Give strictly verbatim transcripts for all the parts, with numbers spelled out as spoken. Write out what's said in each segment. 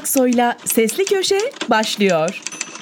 Aksoy'la Sesli Köşe başlıyor.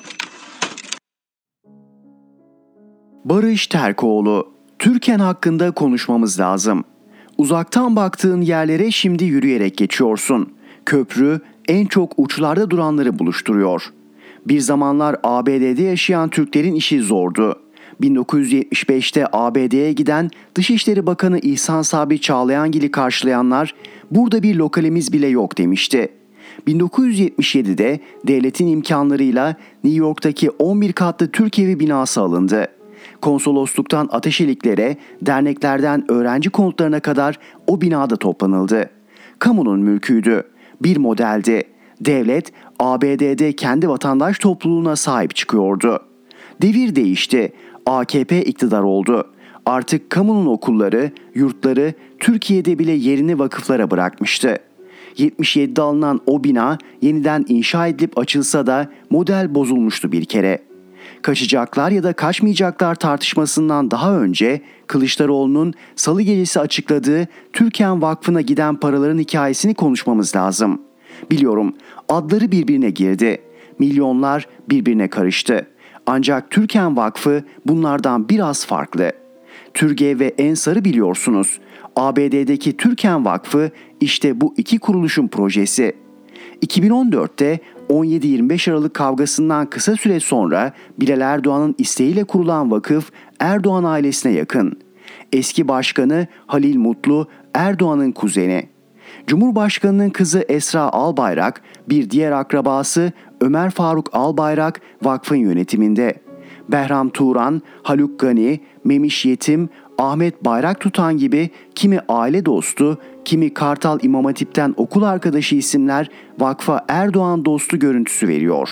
Barış Terkoğlu, Türken hakkında konuşmamız lazım. Uzaktan baktığın yerlere şimdi yürüyerek geçiyorsun. Köprü en çok uçlarda duranları buluşturuyor. Bir zamanlar A B D'de yaşayan Türklerin işi zordu. bin dokuz yüz yetmiş beşte A B D'ye giden Dışişleri Bakanı İhsan Sabri Çağlayangil'i karşılayanlar burada bir lokalimiz bile yok demişti. bin dokuz yüz yetmiş yedide devletin imkanlarıyla New York'taki on bir katlı Türk Evi binası alındı. Konsolosluktan ateşeliklere, derneklerden öğrenci konutlarına kadar o binada toplanıldı. Kamunun mülküydü, bir modeldi. Devlet A B D'de kendi vatandaş topluluğuna sahip çıkıyordu. Devir değişti, A K P iktidar oldu. Artık kamunun okulları, yurtları Türkiye'de bile yerini vakıflara bırakmıştı. yetmiş yedide alınan o bina yeniden inşa edilip açılsa da model bozulmuştu bir kere. Kaçacaklar ya da kaçmayacaklar tartışmasından daha önce Kılıçdaroğlu'nun Salı gecesi açıkladığı Türken Vakfı'na giden paraların hikayesini konuşmamız lazım. Biliyorum, adları birbirine girdi. Milyonlar birbirine karıştı. Ancak Türken Vakfı bunlardan biraz farklı. Türgev ve Ensar'ı biliyorsunuz. A B D'deki Türken Vakfı işte bu iki kuruluşun projesi. iki bin on dörtte on yedi yirmi beş Aralık kavgasından kısa süre sonra Bilal Erdoğan'ın isteğiyle kurulan vakıf Erdoğan ailesine yakın. Eski başkanı Halil Mutlu Erdoğan'ın kuzeni. Cumhurbaşkanının kızı Esra Albayrak, bir diğer akrabası Ömer Faruk Albayrak vakfın yönetiminde. Behram Turan, Haluk Gani, Memiş Yetim, Ahmet Bayraktutan gibi kimi aile dostu, kimi Kartal İmam Hatip'ten okul arkadaşı isimler vakfa Erdoğan dostu görüntüsü veriyor.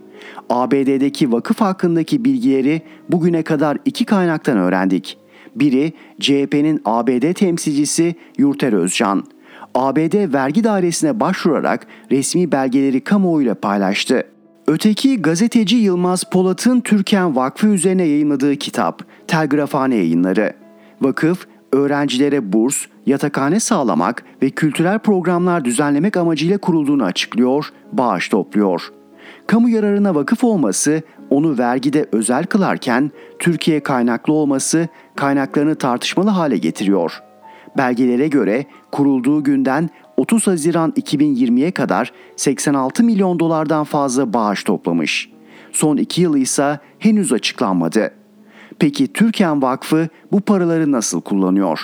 A B D'deki vakıf hakkındaki bilgileri bugüne kadar iki kaynaktan öğrendik. Biri C H P'nin A B D temsilcisi Yurter Özcan. A B D vergi dairesine başvurarak resmi belgeleri kamuoyuyla paylaştı. Öteki gazeteci Yılmaz Polat'ın Türken Vakfı üzerine yayınladığı kitap Telgrafhane Yayınları. Vakıf, öğrencilere burs, yatakhane sağlamak ve kültürel programlar düzenlemek amacıyla kurulduğunu açıklıyor, bağış topluyor. Kamu yararına vakıf olması onu vergide özel kılarken Türkiye kaynaklı olması kaynaklarını tartışmalı hale getiriyor. Belgelere göre kurulduğu günden otuz Haziran iki bin yirmiye kadar seksen altı milyon dolardan fazla bağış toplamış. Son iki yılı ise henüz açıklanmadı. Peki Türken Vakfı bu paraları nasıl kullanıyor?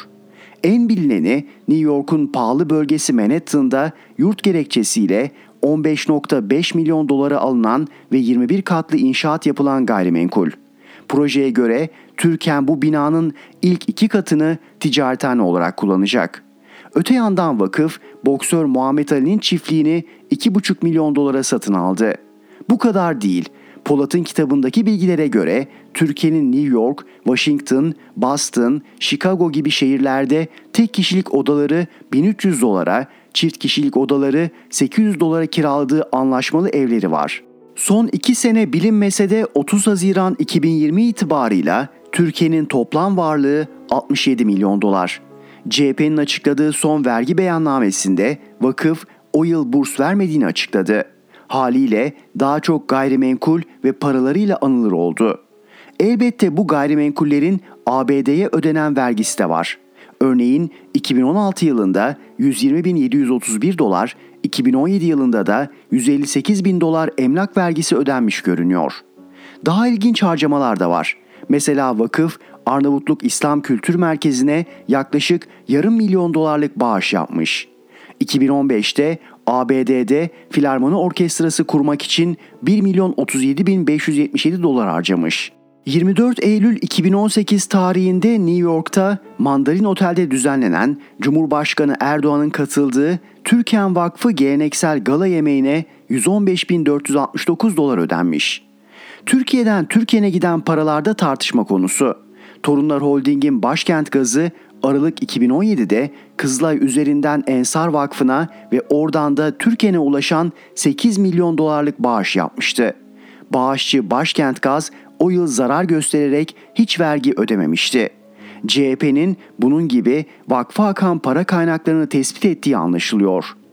En bilineni New York'un pahalı bölgesi Manhattan'da yurt gerekçesiyle on beş virgül beş milyon dolara alınan ve yirmi bir katlı inşaat yapılan gayrimenkul. Projeye göre Türken bu binanın ilk iki katını ticarethane olarak kullanacak. Öte yandan vakıf, boksör Muhammed Ali'nin çiftliğini iki buçuk milyon dolara satın aldı. Bu kadar değil. Polat'ın kitabındaki bilgilere göre Türkiye'nin New York, Washington, Boston, Chicago gibi şehirlerde tek kişilik odaları bin üç yüz dolara, çift kişilik odaları sekiz yüz dolara kiraladığı anlaşmalı evleri var. Son iki sene bilinmese de otuz Haziran iki bin yirmi itibarıyla Türkiye'nin toplam varlığı altmış yedi milyon dolar. C H P'nin açıkladığı son vergi beyannamesinde vakıf o yıl burs vermediğini açıkladı. Haliyle daha çok gayrimenkul ve paralarıyla anılır oldu. Elbette bu gayrimenkullerin A B D'ye ödenen vergisi de var. Örneğin iki bin on altı yılında yüz yirmi bin yedi yüz otuz bir dolar, iki bin on yedi yılında da yüz elli sekiz bin dolar emlak vergisi ödenmiş görünüyor. Daha ilginç harcamalar da var. Mesela vakıf Arnavutluk İslam Kültür Merkezi'ne yaklaşık yarım milyon dolarlık bağış yapmış. iki bin on beşte A B D'de Filarmoni Orkestrası kurmak için bir milyon otuz yedi bin beş yüz yetmiş yedi dolar harcamış. yirmi dört Eylül iki bin on sekiz tarihinde New York'ta Mandarin Otel'de düzenlenen Cumhurbaşkanı Erdoğan'ın katıldığı Türken Vakfı geleneksel gala yemeğine yüz on beş bin dört yüz altmış dokuz dolar ödenmiş. Türkiye'den Türken'e giden paralarda tartışma konusu. Torunlar Holding'in Başkent Gazı Aralık iki bin on yedide Kızılay üzerinden Ensar Vakfı'na ve oradan da Türken'e ulaşan sekiz milyon dolarlık bağış yapmıştı. Bağışçı Başkent Gaz o yıl zarar göstererek hiç vergi ödememişti. C H P'nin bunun gibi vakfa akan para kaynaklarını tespit ettiği anlaşılıyor.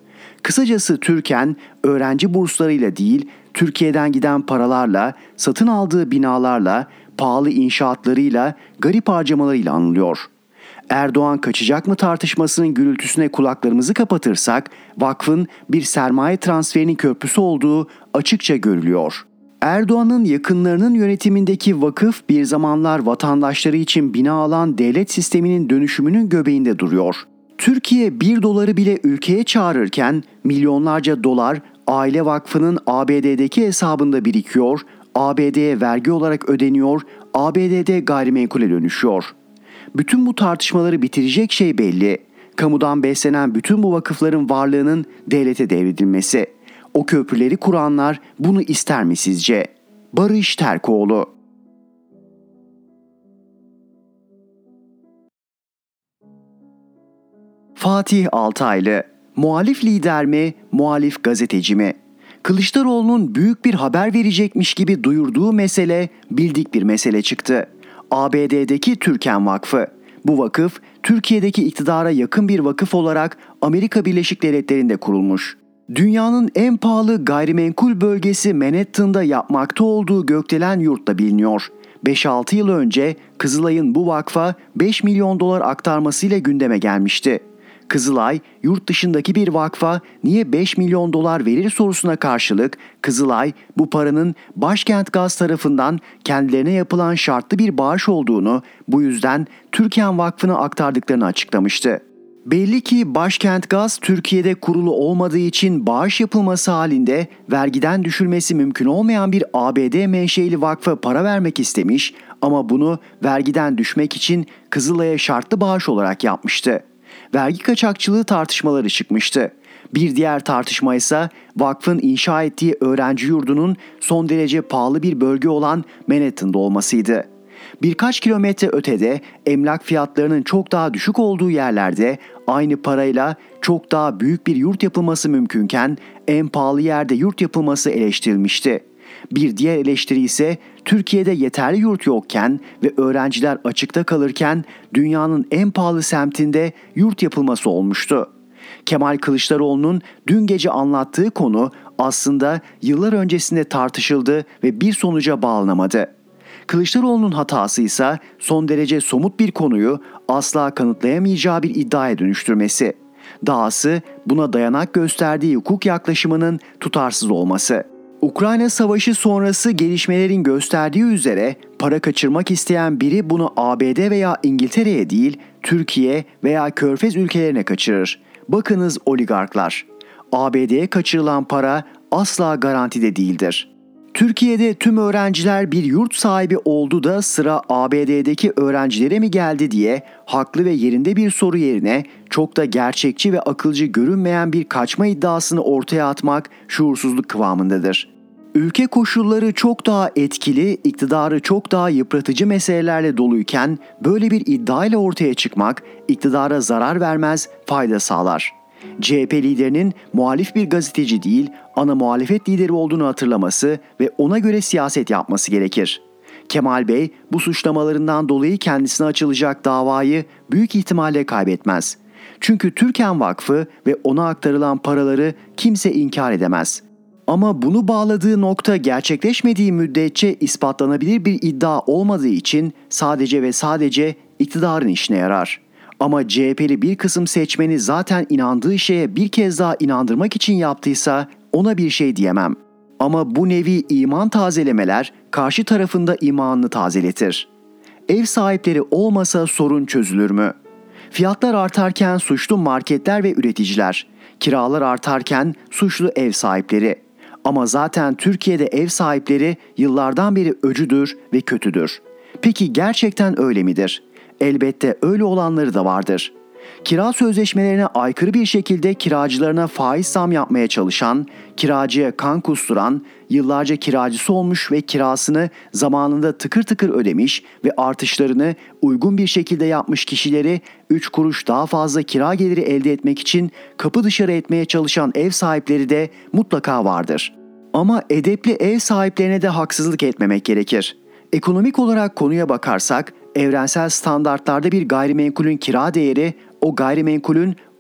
Kısacası Türken öğrenci burslarıyla değil, Türkiye'den giden paralarla, satın aldığı binalarla, pahalı inşaatlarıyla, garip harcamalarıyla anılıyor. Erdoğan kaçacak mı tartışmasının gürültüsüne kulaklarımızı kapatırsak, vakfın bir sermaye transferinin köprüsü olduğu açıkça görülüyor. Erdoğan'ın yakınlarının yönetimindeki vakıf bir zamanlar vatandaşları için bina alan devlet sisteminin dönüşümünün göbeğinde duruyor. Türkiye bir doları bile ülkeye çağırırken milyonlarca dolar Aile Vakfı'nın A B D'deki hesabında birikiyor, A B D'ye vergi olarak ödeniyor, A B D'de gayrimenkule dönüşüyor. Bütün bu tartışmaları bitirecek şey belli. Kamudan beslenen bütün bu vakıfların varlığının devlete devredilmesi. O köprüleri kuranlar bunu ister mi sizce? Barış Terkoğlu. Fatih Altaylı, muhalif lider mi, muhalif gazeteci mi? Kılıçdaroğlu'nun büyük bir haber verecekmiş gibi duyurduğu mesele bildik bir mesele çıktı. A B D'deki Türken Vakfı. Bu vakıf, Türkiye'deki iktidara yakın bir vakıf olarak Amerika Birleşik Devletleri'nde kurulmuş. Dünyanın en pahalı gayrimenkul bölgesi Manhattan'da yapmakta olduğu gökdelen yurtla biliniyor. beş altı yıl önce Kızılay'ın bu vakfa beş milyon dolar aktarmasıyla gündeme gelmişti. Kızılay, yurt dışındaki bir vakfa niye beş milyon dolar verir sorusuna karşılık Kızılay, bu paranın Başkent Gaz tarafından kendilerine yapılan şartlı bir bağış olduğunu, bu yüzden Türken Vakfı'na aktardıklarını açıklamıştı. Belli ki Başkent Gaz Türkiye'de kurulu olmadığı için bağış yapılması halinde vergiden düşülmesi mümkün olmayan bir A B D menşeli vakfa para vermek istemiş ama bunu vergiden düşmek için Kızılay'a şartlı bağış olarak yapmıştı. Vergi kaçakçılığı tartışmaları çıkmıştı. Bir diğer tartışma ise vakfın inşa ettiği öğrenci yurdunun son derece pahalı bir bölge olan Manhattan'da olmasıydı. Birkaç kilometre ötede emlak fiyatlarının çok daha düşük olduğu yerlerde aynı parayla çok daha büyük bir yurt yapılması mümkünken en pahalı yerde yurt yapılması eleştirilmişti. Bir diğer eleştiri ise Türkiye'de yeterli yurt yokken ve öğrenciler açıkta kalırken dünyanın en pahalı semtinde yurt yapılması olmuştu. Kemal Kılıçdaroğlu'nun dün gece anlattığı konu aslında yıllar öncesinde tartışıldı ve bir sonuca bağlanamadı. Kılıçdaroğlu'nun hatası ise son derece somut bir konuyu asla kanıtlayamayacağı bir iddiaya dönüştürmesi. Dahası buna dayanak gösterdiği hukuk yaklaşımının tutarsız olması. Ukrayna Savaşı sonrası gelişmelerin gösterdiği üzere para kaçırmak isteyen biri bunu A B D veya İngiltere'ye değil, Türkiye veya Körfez ülkelerine kaçırır. Bakınız oligarklar. A B D'ye kaçırılan para asla garantide değildir. Türkiye'de tüm öğrenciler bir yurt sahibi oldu da sıra A B D'deki öğrencilere mi geldi diye haklı ve yerinde bir soru yerine çok da gerçekçi ve akılcı görünmeyen bir kaçma iddiasını ortaya atmak şuursuzluk kıvamındadır. Ülke koşulları çok daha etkili, iktidarı çok daha yıpratıcı meselelerle doluyken böyle bir iddiayla ortaya çıkmak iktidara zarar vermez, fayda sağlar. C H P liderinin muhalif bir gazeteci değil, ana muhalefet lideri olduğunu hatırlaması ve ona göre siyaset yapması gerekir. Kemal Bey bu suçlamalarından dolayı kendisine açılacak davayı büyük ihtimalle kaybetmez. Çünkü Türken Vakfı ve ona aktarılan paraları kimse inkar edemez. Ama bunu bağladığı nokta gerçekleşmediği müddetçe ispatlanabilir bir iddia olmadığı için sadece ve sadece iktidarın işine yarar. Ama C H P'li bir kısım seçmeni zaten inandığı şeye bir kez daha inandırmak için yaptıysa ona bir şey diyemem. Ama bu nevi iman tazelemeler karşı tarafında imanını tazeletir. Ev sahipleri olmasa sorun çözülür mü? Fiyatlar artarken suçlu marketler ve üreticiler, kiralar artarken suçlu ev sahipleri. Ama zaten Türkiye'de ev sahipleri yıllardan beri öcüdür ve kötüdür. Peki gerçekten öyle midir? Elbette öyle olanları da vardır. Kira sözleşmelerine aykırı bir şekilde kiracılarına faiz zam yapmaya çalışan, kiracıya kan kusturan, yıllarca kiracısı olmuş ve kirasını zamanında tıkır tıkır ödemiş ve artışlarını uygun bir şekilde yapmış kişileri üç kuruş daha fazla kira geliri elde etmek için kapı dışarı etmeye çalışan ev sahipleri de mutlaka vardır. Ama edepli ev sahiplerine de haksızlık etmemek gerekir. Ekonomik olarak konuya bakarsak, evrensel standartlarda bir gayrimenkulün kira değeri o gayrimenkulün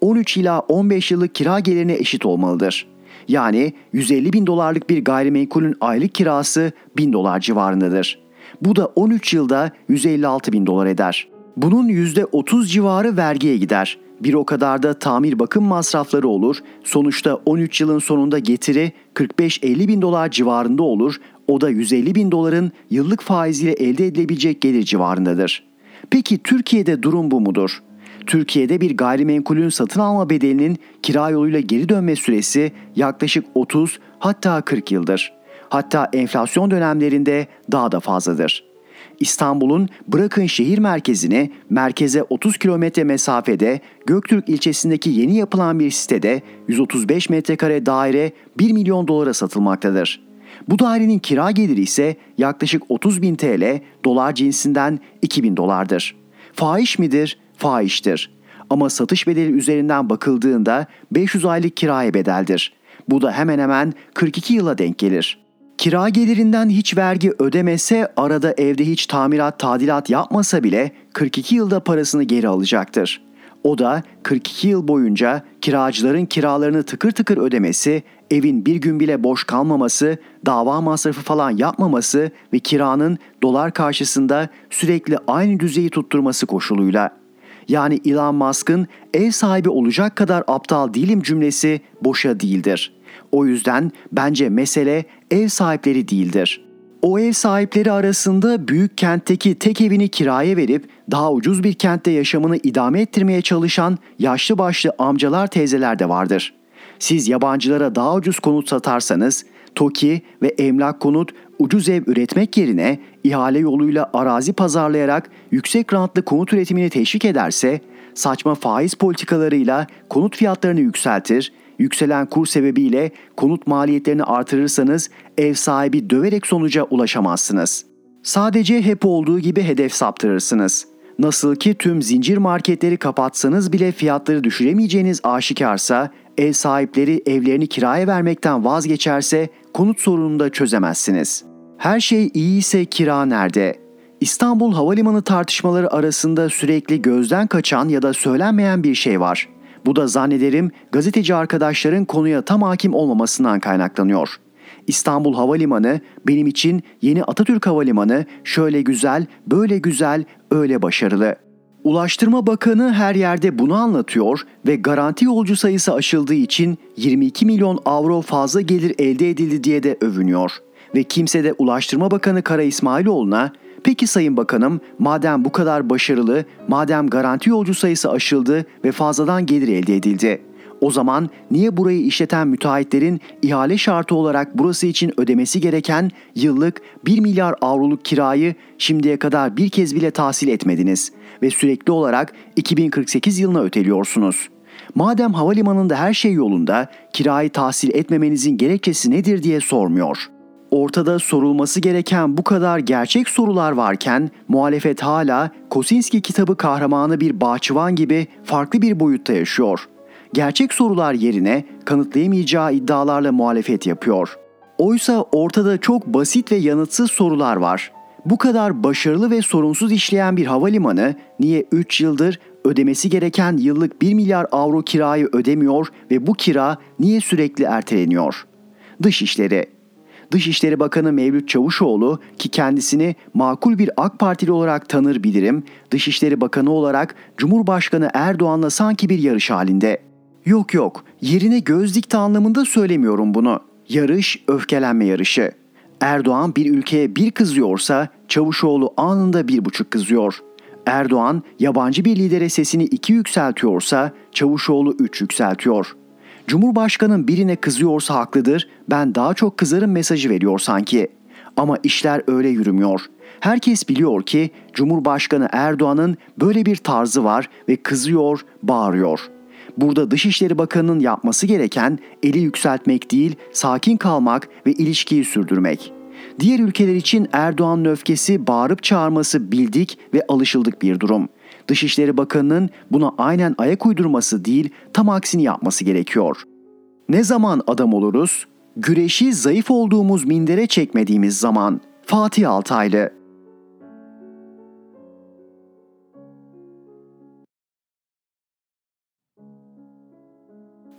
on üç ila on beş yıllık kira gelirine eşit olmalıdır. Yani yüz elli bin dolarlık bir gayrimenkulün aylık kirası bin dolar civarındadır. Bu da on üç yılda yüz elli altı bin dolar eder. Bunun yüzde otuz civarı vergiye gider. Bir o kadar da tamir bakım masrafları olur. Sonuçta on üç yılın sonunda getiri kırk beş elli bin dolar civarında olur. O da yüz elli bin doların yıllık faiziyle elde edilebilecek gelir civarındadır. Peki Türkiye'de durum bu mudur? Türkiye'de bir gayrimenkulün satın alma bedelinin kira yoluyla geri dönme süresi yaklaşık otuz hatta kırk yıldır. Hatta enflasyon dönemlerinde daha da fazladır. İstanbul'un bırakın şehir merkezini, merkeze otuz kilometre mesafede Göktürk ilçesindeki yeni yapılan bir sitede yüz otuz beş metrekare daire bir milyon dolara satılmaktadır. Bu dairenin kira geliri ise yaklaşık otuz bin T L, dolar cinsinden iki bin dolardır. Fahiş midir? Fahiştir. Ama satış bedeli üzerinden bakıldığında beş yüz aylık kiraya bedeldir. Bu da hemen hemen kırk iki yıla denk gelir. Kira gelirinden hiç vergi ödemese, arada evde hiç tamirat, tadilat yapmasa bile kırk iki yılda parasını geri alacaktır. O da kırk iki yıl boyunca kiracıların kiralarını tıkır tıkır ödemesi, evin bir gün bile boş kalmaması, dava masrafı falan yapmaması ve kiranın dolar karşısında sürekli aynı düzeyi tutturması koşuluyla. Yani Elon Musk'ın ev sahibi olacak kadar aptal değilim cümlesi boşa değildir. O yüzden bence mesele ev sahipleri değildir. O ev sahipleri arasında büyük kentteki tek evini kiraya verip daha ucuz bir kentte yaşamını idame ettirmeye çalışan yaşlı başlı amcalar, teyzeler de vardır. Siz yabancılara daha ucuz konut satarsanız, TOKİ ve Emlak Konut ucuz ev üretmek yerine ihale yoluyla arazi pazarlayarak yüksek rantlı konut üretimini teşvik ederse, saçma faiz politikalarıyla konut fiyatlarını yükseltir, yükselen kur sebebiyle konut maliyetlerini artırırsanız ev sahibi döverek sonuca ulaşamazsınız. Sadece hep olduğu gibi hedef saptırırsınız. Nasıl ki tüm zincir marketleri kapatsanız bile fiyatları düşüremeyeceğiniz aşikarsa, ev sahipleri evlerini kiraya vermekten vazgeçerse konut sorununu da çözemezsiniz. Her şey iyi ise kira nerede? İstanbul Havalimanı tartışmaları arasında sürekli gözden kaçan ya da söylenmeyen bir şey var. Bu da zannederim gazeteci arkadaşların konuya tam hakim olmamasından kaynaklanıyor. İstanbul Havalimanı benim için yeni Atatürk Havalimanı, şöyle güzel, böyle güzel, öyle başarılı. Ulaştırma Bakanı her yerde bunu anlatıyor ve garanti yolcu sayısı aşıldığı için yirmi iki milyon avro fazla gelir elde edildi diye de övünüyor. Ve kimse de Ulaştırma Bakanı Kara İsmailoğlu'na, "Peki Sayın Bakanım, madem bu kadar başarılı, madem garanti yolcu sayısı aşıldı ve fazladan gelir elde edildi, o zaman niye burayı işleten müteahhitlerin ihale şartı olarak burası için ödemesi gereken yıllık bir milyar avroluk kirayı şimdiye kadar bir kez bile tahsil etmediniz ve sürekli olarak iki bin kırk sekiz yılına öteliyorsunuz? Madem havalimanında her şey yolunda, kirayı tahsil etmemenizin gerekçesi nedir?" diye sormuyor. Ortada sorulması gereken bu kadar gerçek sorular varken muhalefet hala Kosinski kitabı kahramanı bir bahçıvan gibi farklı bir boyutta yaşıyor. Gerçek sorular yerine kanıtlayamayacağı iddialarla muhalefet yapıyor. Oysa ortada çok basit ve yanıtsız sorular var. Bu kadar başarılı ve sorunsuz işleyen bir havalimanı niye üç yıldır ödemesi gereken yıllık bir milyar avro kirayı ödemiyor ve bu kira niye sürekli erteleniyor? Dışişleri Dışişleri Bakanı Mevlüt Çavuşoğlu, ki kendisini makul bir AK Partili olarak tanır bilirim, Dışişleri Bakanı olarak Cumhurbaşkanı Erdoğan'la sanki bir yarış halinde. Yok yok, yerine göz dikti anlamında söylemiyorum bunu. Yarış, öfkelenme yarışı. Erdoğan bir ülkeye bir kızıyorsa Çavuşoğlu anında bir buçuk kızıyor. Erdoğan yabancı bir lidere sesini iki yükseltiyorsa Çavuşoğlu üç yükseltiyor. Cumhurbaşkanın birine kızıyorsa haklıdır, ben daha çok kızarım mesajı veriyor sanki. Ama işler öyle yürümüyor. Herkes biliyor ki Cumhurbaşkanı Erdoğan'ın böyle bir tarzı var ve kızıyor, bağırıyor. Burada Dışişleri Bakanı'nın yapması gereken eli yükseltmek değil, sakin kalmak ve ilişkiyi sürdürmek. Diğer ülkeler için Erdoğan'ın öfkesi, bağırıp çağırması bildik ve alışıldık bir durum. Dışişleri Bakanı'nın buna aynen ayak uydurması değil, tam aksini yapması gerekiyor. Ne zaman adam oluruz? Güreşi zayıf olduğumuz mindere çekmediğimiz zaman. Fatih Altaylı.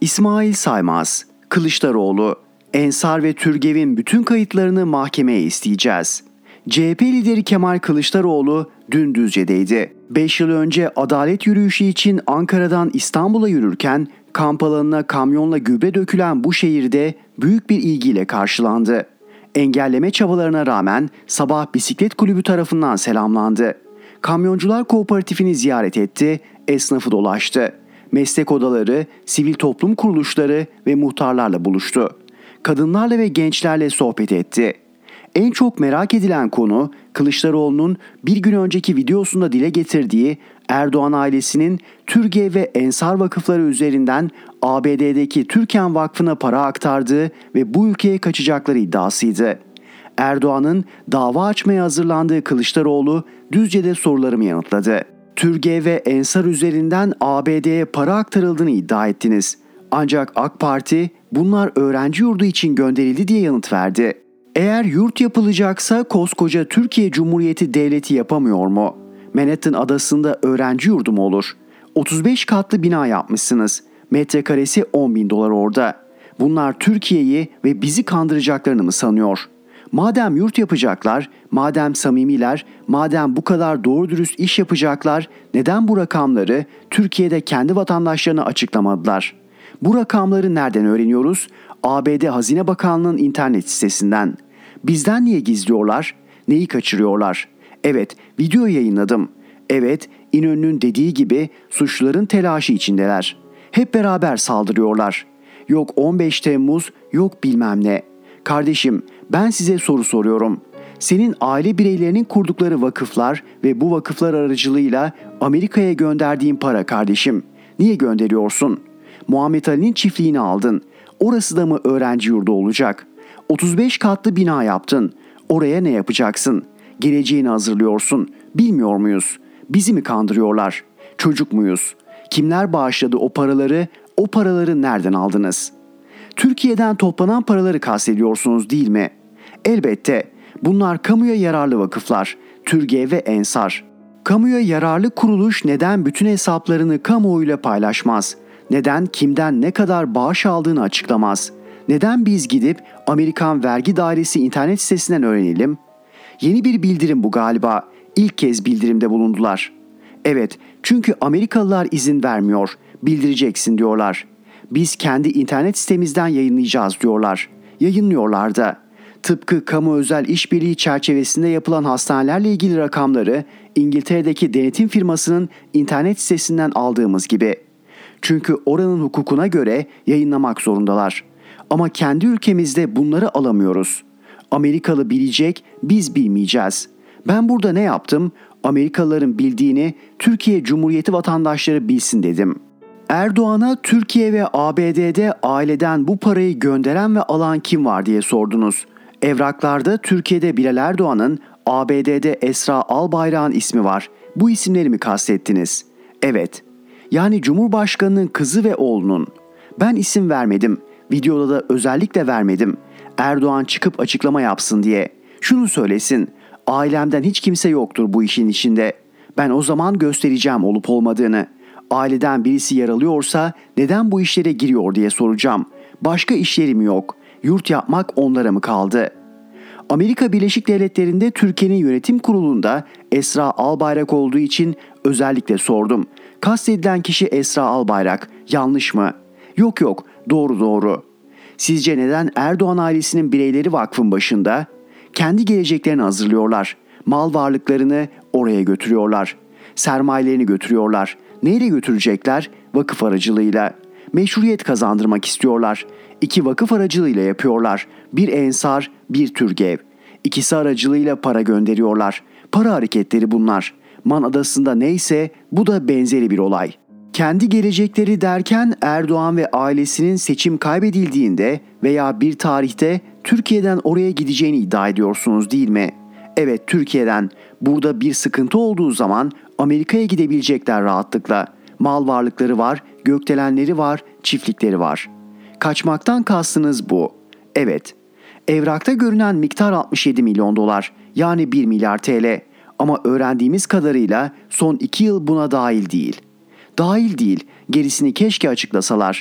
İsmail Saymaz, Kılıçdaroğlu, Ensar ve Türgev'in bütün kayıtlarını mahkemeye isteyeceğiz. C H P lideri Kemal Kılıçdaroğlu dün Düzce'deydi. beş yıl önce adalet yürüyüşü için Ankara'dan İstanbul'a yürürken kamp alanına kamyonla gübre dökülen bu şehirde büyük bir ilgiyle karşılandı. Engelleme çabalarına rağmen sabah bisiklet kulübü tarafından selamlandı. Kamyoncular Kooperatifini ziyaret etti, esnafı dolaştı. Meslek odaları, sivil toplum kuruluşları ve muhtarlarla buluştu. Kadınlarla ve gençlerle sohbet etti. En çok merak edilen konu Kılıçdaroğlu'nun bir gün önceki videosunda dile getirdiği Erdoğan ailesinin Türgev ve Ensar vakıfları üzerinden A B D'deki Türken Vakfı'na para aktardığı ve bu ülkeye kaçacakları iddiasıydı. Erdoğan'ın dava açmaya hazırlandığı Kılıçdaroğlu Düzce'de sorularımı yanıtladı. Türgev ve Ensar üzerinden A B D'ye para aktarıldığını iddia ettiniz. Ancak AK Parti bunlar öğrenci yurdu için gönderildi diye yanıt verdi. Eğer yurt yapılacaksa koskoca Türkiye Cumhuriyeti Devleti yapamıyor mu? Manhattan adasında öğrenci yurdu mu olur? otuz beş katlı bina yapmışsınız. Metrekaresi on bin dolar orada. Bunlar Türkiye'yi ve bizi kandıracaklarını mı sanıyor? Madem yurt yapacaklar, madem samimiler, madem bu kadar doğru dürüst iş yapacaklar, neden bu rakamları Türkiye'de kendi vatandaşlarına açıklamadılar? Bu rakamları nereden öğreniyoruz? A B D Hazine Bakanlığı'nın internet sitesinden. Bizden niye gizliyorlar? Neyi kaçırıyorlar? Evet, video yayınladım. Evet, İnönü'nün dediği gibi suçluların telaşı içindeler. Hep beraber saldırıyorlar. Yok on beş Temmuz, yok bilmem ne. Kardeşim, ben size soru soruyorum. Senin aile bireylerinin kurdukları vakıflar ve bu vakıflar aracılığıyla Amerika'ya gönderdiğin para kardeşim. Niye gönderiyorsun? Muhammed Ali'nin çiftliğini aldın. Orası da mı öğrenci yurdu olacak? otuz beş katlı bina yaptın. Oraya ne yapacaksın? Geleceğini hazırlıyorsun. Bilmiyor muyuz? Bizi mi kandırıyorlar? Çocuk muyuz? Kimler bağışladı o paraları? O paraları nereden aldınız? Türkiye'den toplanan paraları kastediyorsunuz değil mi? Elbette. Bunlar kamuya yararlı vakıflar. Türgev ve Ensar. Kamuya yararlı kuruluş neden bütün hesaplarını kamuoyuyla paylaşmaz? Neden kimden ne kadar bağış aldığını açıklamaz? Neden biz gidip Amerikan Vergi Dairesi internet sitesinden öğrenelim? Yeni bir bildirim bu galiba. İlk kez bildirimde bulundular. Evet, çünkü Amerikalılar izin vermiyor. Bildireceksin diyorlar. Biz kendi internet sitemizden yayınlayacağız diyorlar. Yayınlıyorlar da. Tıpkı kamu özel işbirliği çerçevesinde yapılan hastanelerle ilgili rakamları İngiltere'deki denetim firmasının internet sitesinden aldığımız gibi. Çünkü oranın hukukuna göre yayınlamak zorundalar. Ama kendi ülkemizde bunları alamıyoruz. Amerikalı bilecek, biz bilmeyeceğiz. Ben burada ne yaptım? Amerikalıların bildiğini Türkiye Cumhuriyeti vatandaşları bilsin dedim. Erdoğan'a Türkiye ve A B D'de aileden bu parayı gönderen ve alan kim var diye sordunuz. Evraklarda Türkiye'de Bilal Erdoğan'ın, A B D'de Esra Albayrak'ın ismi var. Bu isimleri mi kastettiniz? Evet. Yani Cumhurbaşkanı'nın kızı ve oğlunun. Ben isim vermedim. Videoda da özellikle vermedim. Erdoğan çıkıp açıklama yapsın diye. Şunu söylesin. Ailemden hiç kimse yoktur bu işin içinde. Ben o zaman göstereceğim olup olmadığını. Aileden birisi yaralıyorsa neden bu işlere giriyor diye soracağım. Başka işlerim yok. Yurt yapmak onlara mı kaldı? Amerika Birleşik Devletleri'nde Türkiye'nin yönetim kurulunda Esra Albayrak olduğu için özellikle sordum. Kastedilen kişi Esra Albayrak. Yanlış mı? Yok yok, doğru doğru. Sizce neden Erdoğan ailesinin bireyleri vakfın başında? Kendi geleceklerini hazırlıyorlar. Mal varlıklarını oraya götürüyorlar. Sermayelerini götürüyorlar. Nereye götürecekler? Vakıf aracılığıyla. Meşruiyet kazandırmak istiyorlar. İki vakıf aracılığıyla yapıyorlar. Bir Ensar, bir Türgev. İkisi aracılığıyla para gönderiyorlar. Para hareketleri bunlar. Man Adası'nda neyse bu da benzeri bir olay. Kendi gelecekleri derken Erdoğan ve ailesinin seçim kaybedildiğinde veya bir tarihte Türkiye'den oraya gideceğini iddia ediyorsunuz değil mi? Evet, Türkiye'den. Burada bir sıkıntı olduğu zaman Amerika'ya gidebilecekler rahatlıkla. Mal varlıkları var, gökdelenleri var, çiftlikleri var. Kaçmaktan kastınız bu. Evet. Evrakta görünen miktar altmış yedi milyon dolar, yani bir milyar T L. Ama öğrendiğimiz kadarıyla son iki yıl buna dahil değil. Dahil değil, gerisini keşke açıklasalar.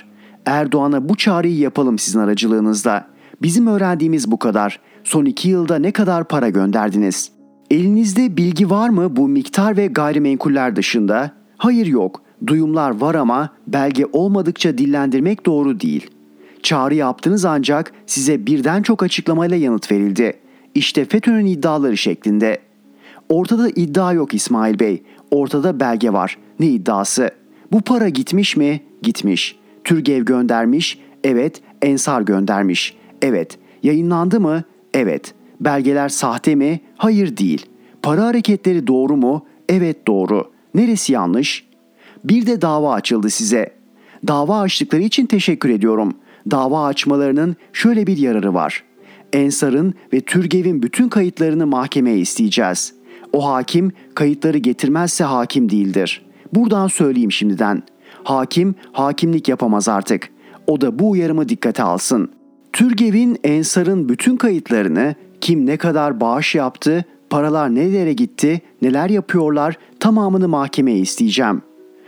Erdoğan'a bu çağrıyı yapalım sizin aracılığınızla. Bizim öğrendiğimiz bu kadar. Son iki yılda ne kadar para gönderdiniz? Elinizde bilgi var mı bu miktar ve gayrimenkuller dışında? Hayır, yok. Duyumlar var ama belge olmadıkça dillendirmek doğru değil. Çağrı yaptınız ancak size birden çok açıklamayla yanıt verildi. İşte FETÖ'nün iddiaları şeklinde. Ortada iddia yok İsmail Bey. Ortada belge var. Ne iddiası? Bu para gitmiş mi? Gitmiş. Türgev göndermiş. Evet. Ensar göndermiş. Evet. Yayınlandı mı? Evet. Belgeler sahte mi? Hayır, değil. Para hareketleri doğru mu? Evet, doğru. Neresi yanlış? Bir de dava açıldı size. Dava açtıkları için teşekkür ediyorum. Dava açmalarının şöyle bir yararı var. Ensar'ın ve Türgev'in bütün kayıtlarını mahkemeye isteyeceğiz. O hakim kayıtları getirmezse hakim değildir. Buradan söyleyeyim şimdiden. Hakim hakimlik yapamaz artık. O da bu uyarımı dikkate alsın. Türgev'in, Ensar'ın bütün kayıtlarını, kim ne kadar bağış yaptı, paralar nerelere gitti, neler yapıyorlar, tamamını mahkemeye isteyeceğim.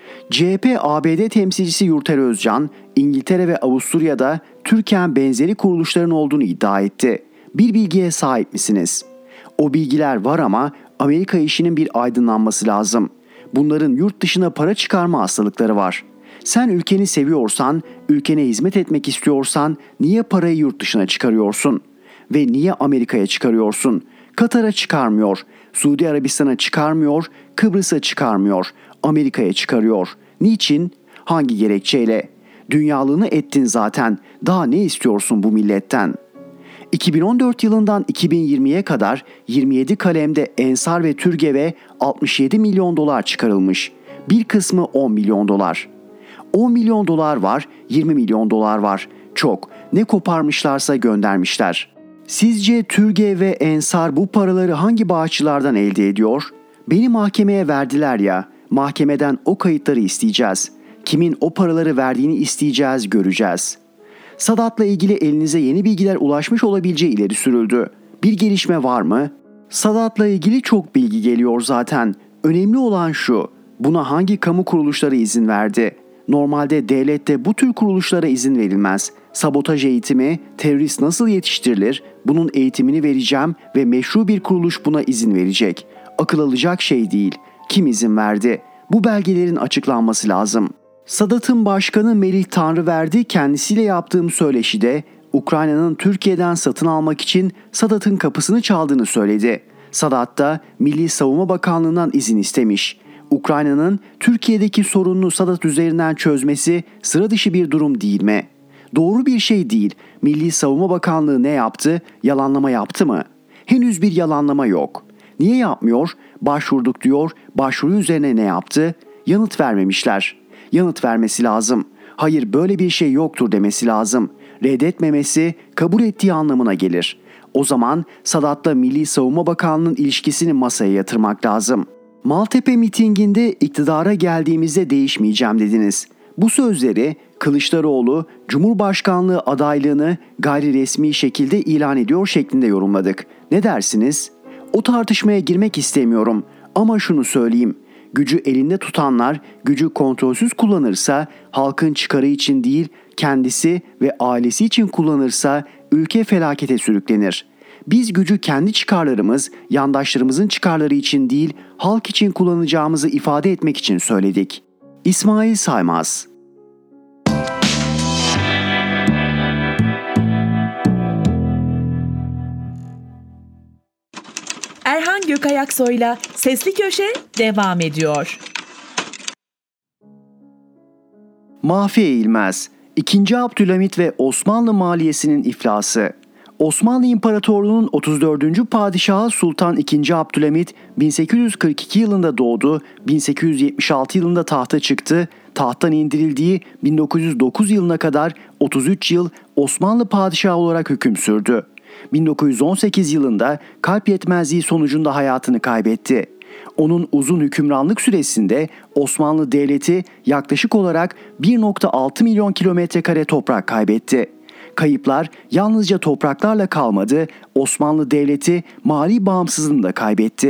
C H P A B D temsilcisi Yurter Özcan, İngiltere ve Avusturya'da Türken benzeri kuruluşların olduğunu iddia etti. Bir bilgiye sahip misiniz? O bilgiler var ama Amerika işinin bir aydınlanması lazım. Bunların yurt dışına para çıkarma hastalıkları var. Sen ülkeni seviyorsan, ülkene hizmet etmek istiyorsan niye parayı yurt dışına çıkarıyorsun? Ve niye Amerika'ya çıkarıyorsun? Katar'a çıkarmıyor, Suudi Arabistan'a çıkarmıyor, Kıbrıs'a çıkarmıyor, Amerika'ya çıkarıyor. Niçin? Hangi gerekçeyle? Dünyalığını ettin zaten. Daha ne istiyorsun bu milletten? iki bin on dört yılından iki bin yirmiye kadar yirmi yedi kalemde Ensar ve Türgev'e altmış yedi milyon dolar çıkarılmış. Bir kısmı on milyon dolar. on milyon dolar var, yirmi milyon dolar var. Çok. Ne koparmışlarsa göndermişler. Sizce Türgev ve Ensar bu paraları hangi bağışçılardan elde ediyor? Beni mahkemeye verdiler ya. Mahkemeden o kayıtları isteyeceğiz. Kimin o paraları verdiğini isteyeceğiz, göreceğiz. Sadat'la ilgili elinize yeni bilgiler ulaşmış olabileceği ileri sürüldü. Bir gelişme var mı? Sadat'la ilgili çok bilgi geliyor zaten. Önemli olan şu. Buna hangi kamu kuruluşları izin verdi? Normalde devlette bu tür kuruluşlara izin verilmez. Sabotaj eğitimi, terörist nasıl yetiştirilir? Bunun eğitimini vereceğim ve meşru bir kuruluş buna izin verecek. Akıl alacak şey değil. Kim izin verdi? Bu belgelerin açıklanması lazım. Sadat'ın başkanı Melih Tanrıverdi kendisiyle yaptığım söyleşide Ukrayna'nın Türkiye'den satın almak için Sadat'ın kapısını çaldığını söyledi. Sadat da Milli Savunma Bakanlığı'ndan izin istemiş. Ukrayna'nın Türkiye'deki sorununu Sadat üzerinden çözmesi sıra dışı bir durum değil mi? Doğru bir şey değil. Milli Savunma Bakanlığı ne yaptı? Yalanlama yaptı mı? Henüz bir yalanlama yok. Niye yapmıyor? Başvurduk diyor. Başvuru üzerine ne yaptı? Yanıt vermemişler. Yanıt vermesi lazım. Hayır, böyle bir şey yoktur demesi lazım. Reddetmemesi kabul ettiği anlamına gelir. O zaman Sadat'la Milli Savunma Bakanlığı'nın ilişkisini masaya yatırmak lazım. Maltepe mitinginde iktidara geldiğimizde değişmeyeceğim dediniz. Bu sözleri Kılıçdaroğlu Cumhurbaşkanlığı adaylığını gayri resmi şekilde ilan ediyor şeklinde yorumladık. Ne dersiniz? O tartışmaya girmek istemiyorum ama şunu söyleyeyim. Gücü elinde tutanlar gücü kontrolsüz kullanırsa, halkın çıkarı için değil kendisi ve ailesi için kullanırsa ülke felakete sürüklenir. Biz gücü kendi çıkarlarımız, yandaşlarımızın çıkarları için değil halk için kullanacağımızı ifade etmek için söyledik. İsmail Saymaz. Erhan Gökayaksoy'la Sesli Köşe devam ediyor. Mahfi Eğilmez, İkinci Abdülhamit ve Osmanlı maliyesinin iflası. Osmanlı İmparatorluğu'nun otuz dördüncü padişahı Sultan ikinci. Abdülhamit bin sekiz yüz kırk iki yılında doğdu, bin sekiz yüz yetmiş altı yılında tahta çıktı. Tahttan indirildiği bin dokuz yüz dokuz yılına kadar otuz üç yıl Osmanlı padişahı olarak hüküm sürdü. bin dokuz yüz on sekiz yılında kalp yetmezliği sonucunda hayatını kaybetti. Onun uzun hükümranlık süresinde Osmanlı Devleti yaklaşık olarak bir virgül altı milyon kilometre kare toprak kaybetti. Kayıplar yalnızca topraklarla kalmadı, Osmanlı Devleti mali bağımsızlığını da kaybetti.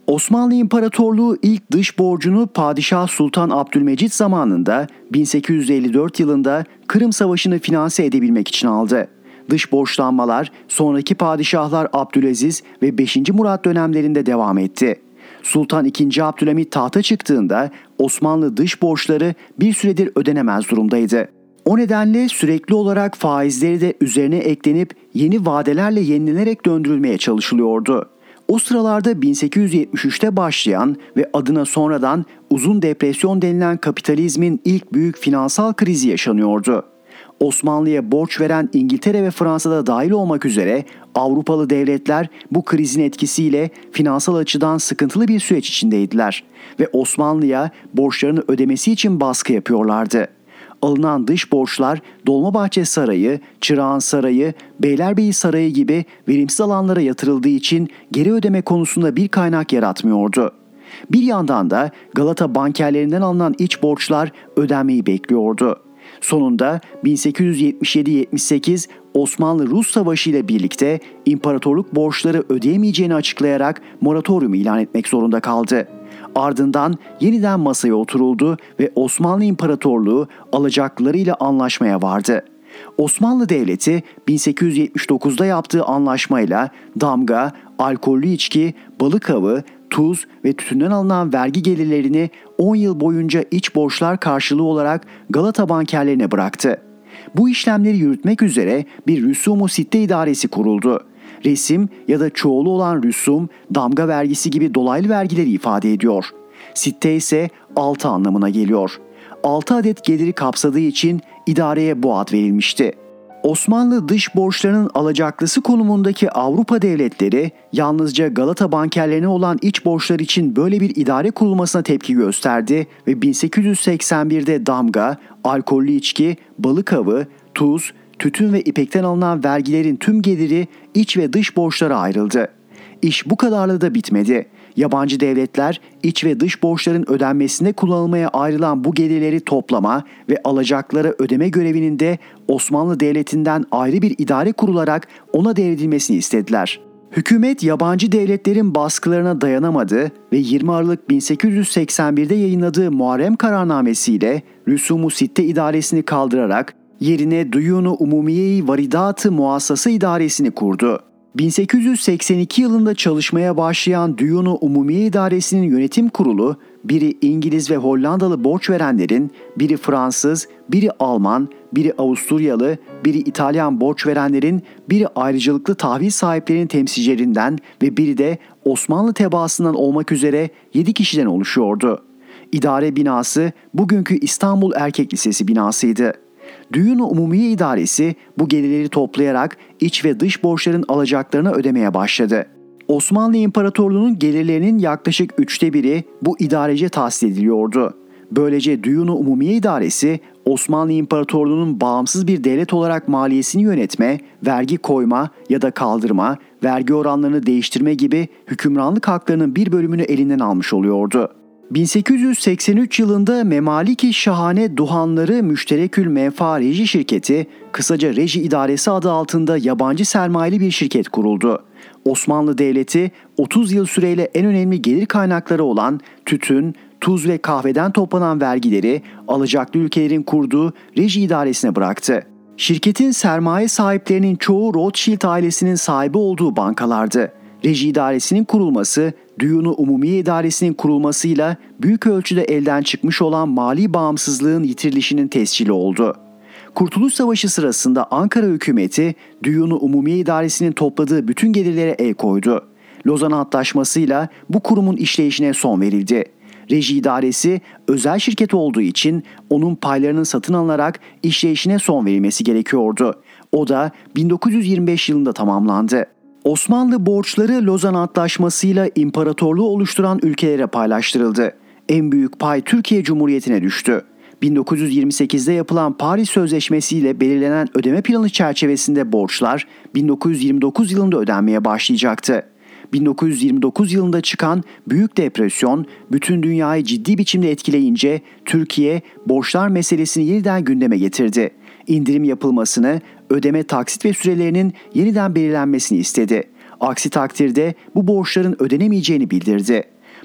Osmanlı İmparatorluğu ilk dış borcunu Padişah Sultan Abdülmecit zamanında bin sekiz yüz elli dört yılında Kırım Savaşı'nı finanse edebilmek için aldı. Dış borçlanmalar sonraki padişahlar Abdülaziz ve beşinci Murat dönemlerinde devam etti. Sultan ikinci. Abdülhamit tahta çıktığında Osmanlı dış borçları bir süredir ödenemez durumdaydı. O nedenle sürekli olarak faizleri de üzerine eklenip yeni vadelerle yenilenerek döndürülmeye çalışılıyordu. O sıralarda bin sekiz yüz yetmiş üçte başlayan ve adına sonradan uzun depresyon denilen kapitalizmin ilk büyük finansal krizi yaşanıyordu. Osmanlı'ya borç veren İngiltere ve Fransa'da dahil olmak üzere Avrupalı devletler bu krizin etkisiyle finansal açıdan sıkıntılı bir süreç içindeydiler ve Osmanlı'ya borçlarını ödemesi için baskı yapıyorlardı. Alınan dış borçlar Dolmabahçe Sarayı, Çırağan Sarayı, Beylerbeyi Sarayı gibi verimsiz alanlara yatırıldığı için geri ödeme konusunda bir kaynak yaratmıyordu. Bir yandan da Galata bankerlerinden alınan iç borçlar ödenmeyi bekliyordu. Sonunda bin sekiz yüz yetmiş yedi yetmiş sekiz Osmanlı-Rus Savaşı ile birlikte imparatorluk borçları ödeyemeyeceğini açıklayarak moratorium ilan etmek zorunda kaldı. Ardından yeniden masaya oturuldu ve Osmanlı İmparatorluğu alacaklılarıyla anlaşmaya vardı. Osmanlı Devleti bin sekiz yüz yetmiş dokuzda yaptığı anlaşmayla damga, alkollü içki, balık avı, tuz ve tütünden alınan vergi gelirlerini on yıl boyunca iç borçlar karşılığı olarak Galata bankerlerine bıraktı. Bu işlemleri yürütmek üzere bir rüsum-u sitte idaresi kuruldu. Resim ya da çoğulu olan rüsum, damga vergisi gibi dolaylı vergileri ifade ediyor. Sitte ise altı anlamına geliyor. altı adet geliri kapsadığı için idareye bu ad verilmişti. Osmanlı dış borçlarının alacaklısı konumundaki Avrupa devletleri yalnızca Galata bankerlerine olan iç borçlar için böyle bir idare kurulmasına tepki gösterdi ve bin sekiz yüz seksen birde damga, alkollü içki, balık avı, tuz, tütün ve ipekten alınan vergilerin tüm geliri iç ve dış borçlara ayrıldı. İş bu kadarla da bitmedi. Yabancı devletler iç ve dış borçların ödenmesinde kullanılmaya ayrılan bu gelirleri toplama ve alacaklara ödeme görevinin de Osmanlı Devleti'nden ayrı bir idare kurularak ona devredilmesini istediler. Hükümet yabancı devletlerin baskılarına dayanamadı ve yirmi Aralık bin sekiz yüz seksen birde yayınladığı Muharrem kararnamesiyle Rüsum-u Sitte idaresini kaldırarak yerine Duyun-u Umumiye-i Varidat-ı Muassasa idaresini kurdu. bin sekiz yüz seksen iki yılında çalışmaya başlayan Duyun-u Umumiye İdaresi'nin yönetim kurulu, biri İngiliz ve Hollandalı borç verenlerin, biri Fransız, biri Alman, biri Avusturyalı, biri İtalyan borç verenlerin, biri ayrıcalıklı tahvil sahiplerinin temsilcilerinden ve biri de Osmanlı tebaasından olmak üzere yedi kişiden oluşuyordu. İdare binası bugünkü İstanbul Erkek Lisesi binasıydı. Duyun-u Umumiye İdaresi bu gelirleri toplayarak iç ve dış borçların alacaklarını ödemeye başladı. Osmanlı İmparatorluğu'nun gelirlerinin yaklaşık üçte biri bu idarece tahsil ediliyordu. Böylece Duyun-u Umumiye İdaresi Osmanlı İmparatorluğu'nun bağımsız bir devlet olarak maliyesini yönetme, vergi koyma ya da kaldırma, vergi oranlarını değiştirme gibi hükümranlık haklarının bir bölümünü elinden almış oluyordu. bin sekiz yüz seksen üç yılında Memaliki Şahane Duhanları Müşterekül Menfa Reji Şirketi, kısaca Reji İdaresi adı altında yabancı sermayeli bir şirket kuruldu. Osmanlı Devleti otuz yıl süreyle en önemli gelir kaynakları olan tütün, tuz ve kahveden toplanan vergileri alacaklı ülkelerin kurduğu Reji İdaresi'ne bıraktı. Şirketin sermaye sahiplerinin çoğu Rothschild ailesinin sahibi olduğu bankalardı. Reji İdaresi'nin kurulması, Duyun-u Umumiye İdaresi'nin kurulmasıyla büyük ölçüde elden çıkmış olan mali bağımsızlığın yitirilişinin tescili oldu. Kurtuluş Savaşı sırasında Ankara hükümeti Duyun-u Umumiye İdaresi'nin topladığı bütün gelirlere el koydu. Lozan Antlaşması'yla bu kurumun işleyişine son verildi. Reji İdaresi özel şirket olduğu için onun paylarının satın alınarak işleyişine son verilmesi gerekiyordu. O da bin dokuz yüz yirmi beş yılında tamamlandı. Osmanlı borçları Lozan Antlaşması'yla imparatorluğu oluşturan ülkelere paylaştırıldı. En büyük pay Türkiye Cumhuriyeti'ne düştü. bin dokuz yüz yirmi sekizde yapılan Paris Sözleşmesi ile belirlenen ödeme planı çerçevesinde borçlar bin dokuz yüz yirmi dokuz yılında ödenmeye başlayacaktı. bin dokuz yüz yirmi dokuz yılında çıkan Büyük Depresyon bütün dünyayı ciddi biçimde etkileyince Türkiye borçlar meselesini yeniden gündeme getirdi. İndirim yapılmasını, ödeme taksit ve sürelerinin yeniden belirlenmesini istedi. Aksi takdirde bu borçların ödenemeyeceğini bildirdi.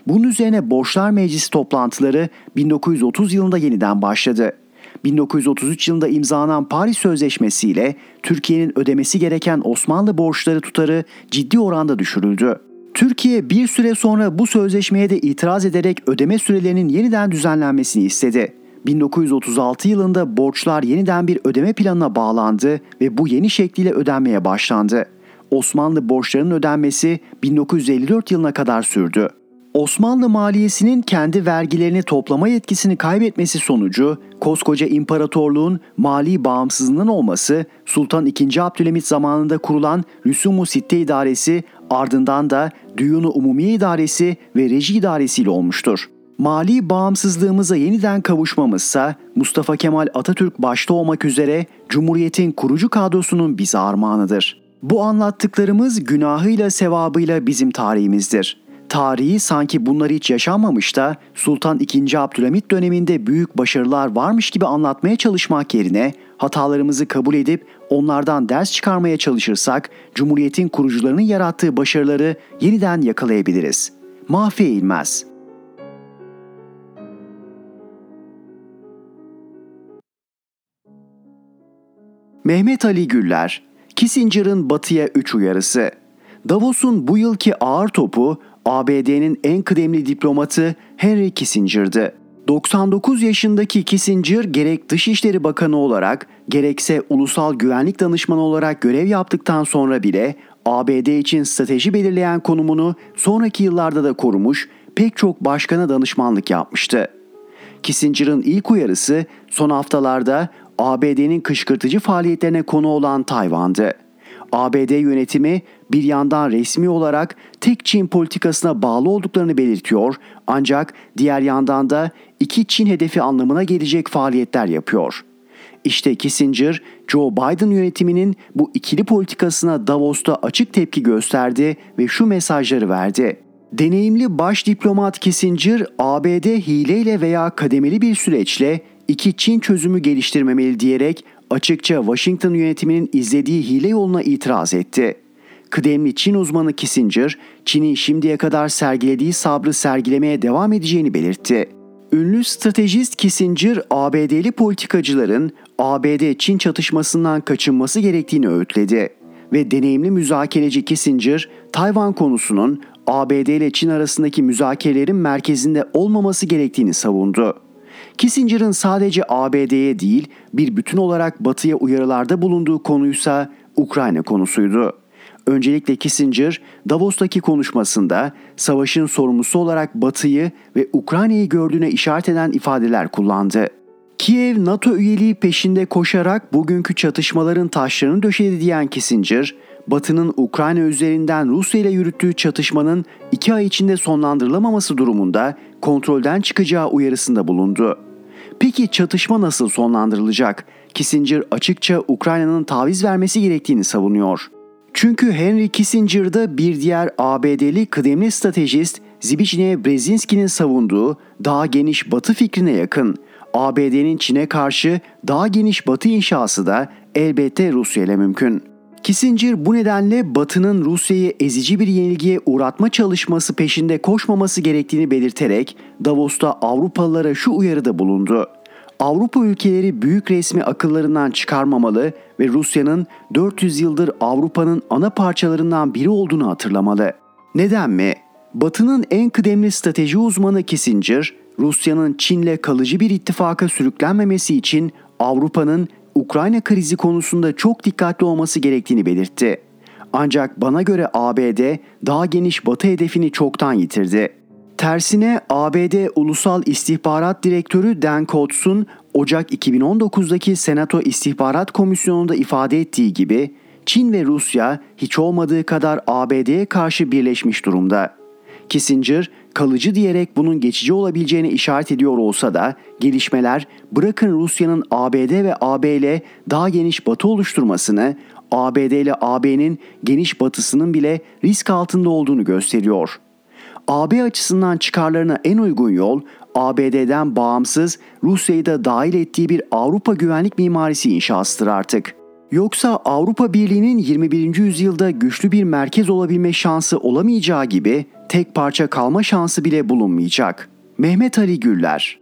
Bunun üzerine Borçlar Meclisi toplantıları bin dokuz yüz otuz yılında yeniden başladı. bin dokuz yüz otuz üç yılında imzalanan Paris Sözleşmesi ile Türkiye'nin ödemesi gereken Osmanlı borçları tutarı ciddi oranda düşürüldü. Türkiye bir süre sonra bu sözleşmeye de itiraz ederek ödeme sürelerinin yeniden düzenlenmesini istedi. bin dokuz yüz otuz altı yılında borçlar yeniden bir ödeme planına bağlandı ve bu yeni şekliyle ödenmeye başlandı. Osmanlı borçlarının ödenmesi bin dokuz yüz elli dört yılına kadar sürdü. Osmanlı maliyesinin kendi vergilerini toplama yetkisini kaybetmesi sonucu koskoca imparatorluğun mali bağımsızlığının olması Sultan ikinci. Abdülhamit zamanında kurulan Rüsum-u Sitte İdaresi, ardından da Düyun-u Umumiye İdaresi ve Reji İdaresi ile olmuştur. Mali bağımsızlığımıza yeniden kavuşmamızsa Mustafa Kemal Atatürk başta olmak üzere Cumhuriyet'in kurucu kadrosunun bize armağanıdır. Bu anlattıklarımız günahıyla sevabıyla bizim tarihimizdir. Tarihi sanki bunlar hiç yaşanmamış da Sultan ikinci. Abdülhamit döneminde büyük başarılar varmış gibi anlatmaya çalışmak yerine hatalarımızı kabul edip onlardan ders çıkarmaya çalışırsak Cumhuriyet'in kurucularının yarattığı başarıları yeniden yakalayabiliriz. Mahfi Eğilmez. Mehmet Ali Güller, Kissinger'ın Batı'ya üç uyarısı. Davos'un bu yılki ağır topu A B D'nin en kıdemli diplomatı Henry Kissinger'dı. doksan dokuz yaşındaki Kissinger gerek Dışişleri Bakanı olarak gerekse Ulusal Güvenlik Danışmanı olarak görev yaptıktan sonra bile A B D için strateji belirleyen konumunu sonraki yıllarda da korumuş, pek çok başkana danışmanlık yapmıştı. Kissinger'ın ilk uyarısı son haftalarda A B D'nin kışkırtıcı faaliyetlerine konu olan Tayvan'dı. A B D yönetimi bir yandan resmi olarak tek Çin politikasına bağlı olduklarını belirtiyor, ancak diğer yandan da iki Çin hedefi anlamına gelecek faaliyetler yapıyor. İşte Kissinger, Joe Biden yönetiminin bu ikili politikasına Davos'ta açık tepki gösterdi ve şu mesajları verdi. Deneyimli baş diplomat Kissinger, A B D hileyle veya kademeli bir süreçle iki Çin çözümü geliştirmemeli diyerek açıkça Washington yönetiminin izlediği hile yoluna itiraz etti. Kıdemli Çin uzmanı Kissinger, Çin'in şimdiye kadar sergilediği sabrı sergilemeye devam edeceğini belirtti. Ünlü stratejist Kissinger, A B D'li politikacıların A B D-Çin çatışmasından kaçınması gerektiğini öğütledi ve deneyimli müzakereci Kissinger, Tayvan konusunun A B D ile Çin arasındaki müzakerelerin merkezinde olmaması gerektiğini savundu. Kissinger'ın sadece A B D'ye değil, bir bütün olarak Batı'ya uyarılarda bulunduğu konuysa Ukrayna konusuydu. Öncelikle Kissinger, Davos'taki konuşmasında savaşın sorumlusu olarak Batı'yı ve Ukrayna'yı gördüğüne işaret eden ifadeler kullandı. Kiev, NATO üyeliği peşinde koşarak bugünkü çatışmaların taşlarını döşedi diyen Kissinger, Batı'nın Ukrayna üzerinden Rusya ile yürüttüğü çatışmanın iki ay içinde sonlandırılamaması durumunda kontrolden çıkacağı uyarısında bulundu. Peki çatışma nasıl sonlandırılacak? Kissinger açıkça Ukrayna'nın taviz vermesi gerektiğini savunuyor. Çünkü Henry Kissinger'da bir diğer A B D'li kıdemli stratejist Zbigniew Brzezinski'nin savunduğu daha geniş Batı fikrine yakın. A B D'nin Çin'e karşı daha geniş Batı inşası da elbette Rusya ile mümkün. Kissinger bu nedenle Batı'nın Rusya'yı ezici bir yenilgiye uğratma çalışması peşinde koşmaması gerektiğini belirterek Davos'ta Avrupalılara şu uyarıda bulundu. Avrupa ülkeleri büyük resmi akıllarından çıkarmamalı ve Rusya'nın dört yüz yıldır Avrupa'nın ana parçalarından biri olduğunu hatırlamalı. Neden mi? Batı'nın en kıdemli strateji uzmanı Kissinger, Rusya'nın Çin'le kalıcı bir ittifaka sürüklenmemesi için Avrupa'nın Ukrayna krizi konusunda çok dikkatli olması gerektiğini belirtti. Ancak bana göre A B D daha geniş Batı hedefini çoktan yitirdi. Tersine A B D Ulusal İstihbarat Direktörü Dan Coats'un Ocak iki bin on dokuzdaki Senato İstihbarat Komisyonu'nda ifade ettiği gibi Çin ve Rusya hiç olmadığı kadar A B D'ye karşı birleşmiş durumda. Kissinger kalıcı diyerek bunun geçici olabileceğine işaret ediyor olsa da gelişmeler bırakın Rusya'nın A B D ve A B ile daha geniş Batı oluşturmasını, A B D ile A B'nin geniş batısının bile risk altında olduğunu gösteriyor. A B açısından çıkarlarına en uygun yol A B D'den bağımsız Rusya'yı da dahil ettiği bir Avrupa güvenlik mimarisi inşasıdır artık. Yoksa Avrupa Birliği'nin yirmi birinci yüzyılda güçlü bir merkez olabilme şansı olamayacağı gibi tek parça kalma şansı bile bulunmayacak. Mehmet Ali Güller.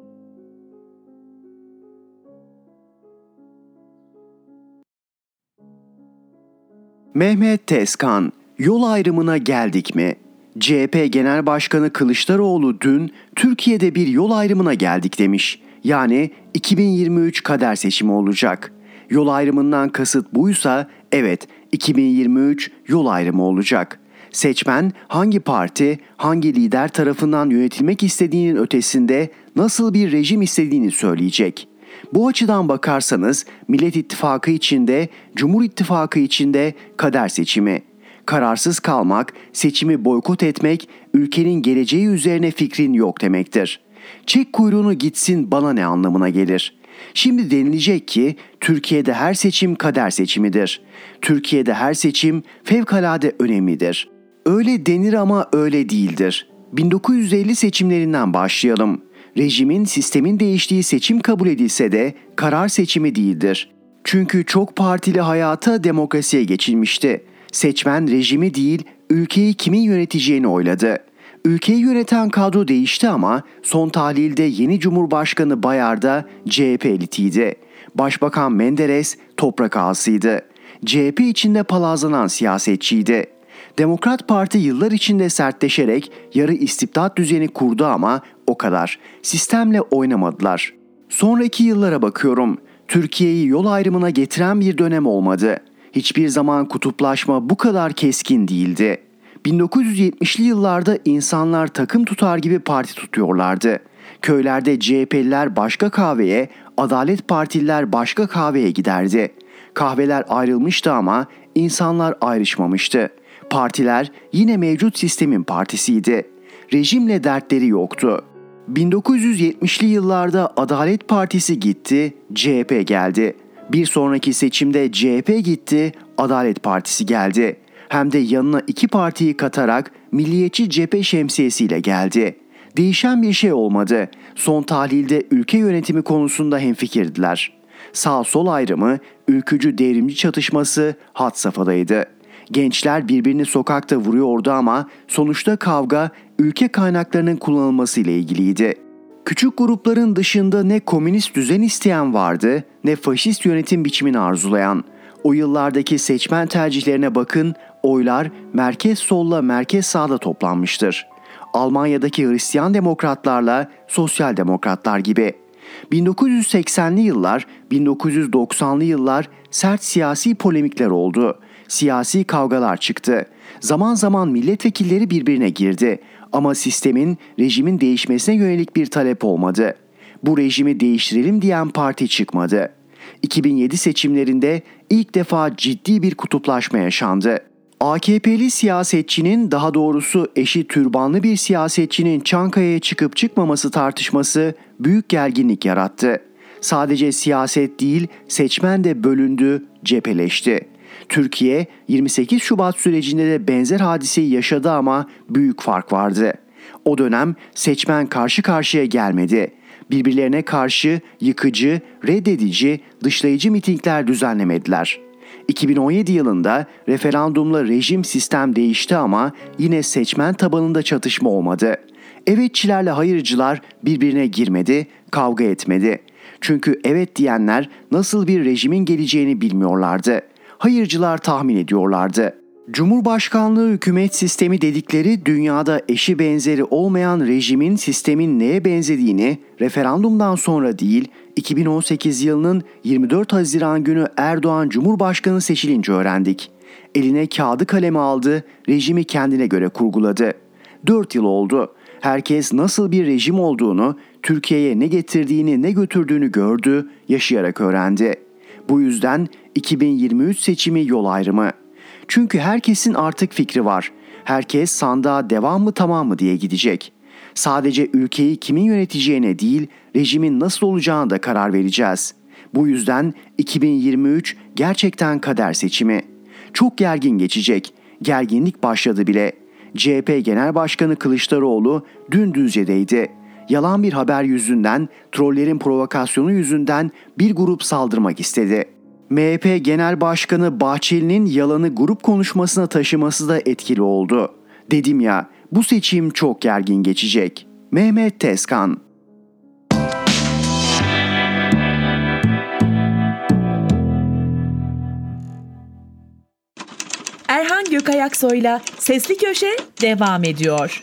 Mehmet Tezkan, yol ayrımına geldik mi? C H P Genel Başkanı Kılıçdaroğlu dün Türkiye'de bir yol ayrımına geldik demiş. Yani iki bin yirmi üç kader seçimi olacak. Yol ayrımından kasıt buysa evet iki bin yirmi üç yol ayrımı olacak. Seçmen hangi parti, hangi lider tarafından yönetilmek istediğinin ötesinde nasıl bir rejim istediğini söyleyecek. Bu açıdan bakarsanız Millet İttifakı içinde, Cumhur İttifakı içinde kader seçimi. Kararsız kalmak, seçimi boykot etmek, ülkenin geleceği üzerine fikrin yok demektir. Çek kuyruğunu gitsin bana ne anlamına gelir? Şimdi denilecek ki Türkiye'de her seçim kader seçimidir. Türkiye'de her seçim fevkalade önemlidir. Öyle denir ama öyle değildir. bin dokuz yüz elli seçimlerinden başlayalım. Rejimin, sistemin değiştiği seçim kabul edilse de karar seçimi değildir. Çünkü çok partili hayata, demokrasiye geçilmişti. Seçmen rejimi değil, ülkeyi kimin yöneteceğini oyladı. Ülkeyi yöneten kadro değişti ama son tahlilde yeni Cumhurbaşkanı Bayar da C H P elitiydi. Başbakan Menderes toprak ağasıydı. C H P içinde palazlanan siyasetçiydi. Demokrat Parti yıllar içinde sertleşerek yarı istibdat düzeni kurdu ama o kadar. Sistemle oynamadılar. Sonraki yıllara bakıyorum. Türkiye'yi yol ayrımına getiren bir dönem olmadı. Hiçbir zaman kutuplaşma bu kadar keskin değildi. bin dokuz yüz yetmişli yıllarda insanlar takım tutar gibi parti tutuyorlardı. Köylerde C H P'liler başka kahveye, Adalet Partililer başka kahveye giderdi. Kahveler ayrılmıştı ama insanlar ayrışmamıştı. Partiler yine mevcut sistemin partisiydi. Rejimle dertleri yoktu. bin dokuz yüz yetmişli yıllarda Adalet Partisi gitti, C H P geldi. Bir sonraki seçimde C H P gitti, Adalet Partisi geldi. Hem de yanına iki partiyi katarak milliyetçi cephe şemsiyesiyle geldi. Değişen bir şey olmadı. Son tahlilde ülke yönetimi konusunda hemfikirdiler. Sağ-sol ayrımı, ülkücü devrimci çatışması had safhadaydı. Gençler birbirini sokakta vuruyordu ama sonuçta kavga ülke kaynaklarının kullanılması ile ilgiliydi. Küçük grupların dışında ne komünist düzen isteyen vardı ne faşist yönetim biçimini arzulayan. O yıllardaki seçmen tercihlerine bakın, oylar merkez solla merkez sağda toplanmıştır. Almanya'daki Hristiyan demokratlarla sosyal demokratlar gibi. bin dokuz yüz seksenli yıllar, bin dokuz yüz doksanlı yıllar sert siyasi polemikler oldu. Siyasi kavgalar çıktı. Zaman zaman milletvekilleri birbirine girdi. Ama sistemin, rejimin değişmesine yönelik bir talep olmadı. Bu rejimi değiştirelim diyen parti çıkmadı. iki bin yedi seçimlerinde ilk defa ciddi bir kutuplaşma yaşandı. A K P'li siyasetçinin, daha doğrusu eşi türbanlı bir siyasetçinin Çankaya'ya çıkıp çıkmaması tartışması büyük gerginlik yarattı. Sadece siyaset değil, seçmen de bölündü, cepheleşti. Türkiye yirmi sekiz Şubat sürecinde de benzer hadiseyi yaşadı ama büyük fark vardı. O dönem seçmen karşı karşıya gelmedi. Birbirlerine karşı yıkıcı, reddedici, dışlayıcı mitingler düzenlemediler. iki bin on yedi yılında referandumla rejim sistem değişti ama yine seçmen tabanında çatışma olmadı. Evetçilerle hayırcılar birbirine girmedi, kavga etmedi. Çünkü evet diyenler nasıl bir rejimin geleceğini bilmiyorlardı. Hayırcılar tahmin ediyorlardı. Cumhurbaşkanlığı hükümet sistemi dedikleri dünyada eşi benzeri olmayan rejimin sistemin neye benzediğini referandumdan sonra değil, iki bin on sekiz yılının yirmi dört Haziran günü Erdoğan Cumhurbaşkanı seçilince öğrendik. Eline kağıdı kalemi aldı, rejimi kendine göre kurguladı. dört yıl oldu. Herkes nasıl bir rejim olduğunu, Türkiye'ye ne getirdiğini ne götürdüğünü gördü, yaşayarak öğrendi. Bu yüzden iki bin yirmi üç seçimi yol ayrımı. Çünkü herkesin artık fikri var. Herkes sandığa devam mı tamam mı diye gidecek. Sadece ülkeyi kimin yöneteceğine değil, rejimin nasıl olacağına da karar vereceğiz. Bu yüzden iki bin yirmi üç gerçekten kader seçimi. Çok gergin geçecek. Gerginlik başladı bile. C H P Genel Başkanı Kılıçdaroğlu dün Düzce'deydi. Yalan bir haber yüzünden, trollerin provokasyonu yüzünden bir grup saldırmak istedi. M H P Genel Başkanı Bahçeli'nin yalanı grup konuşmasına taşıması da etkili oldu. Dedim ya, bu seçim çok gergin geçecek. Mehmet Tezkan. Erhan Gökayaksoy'la Sesli Köşe devam ediyor.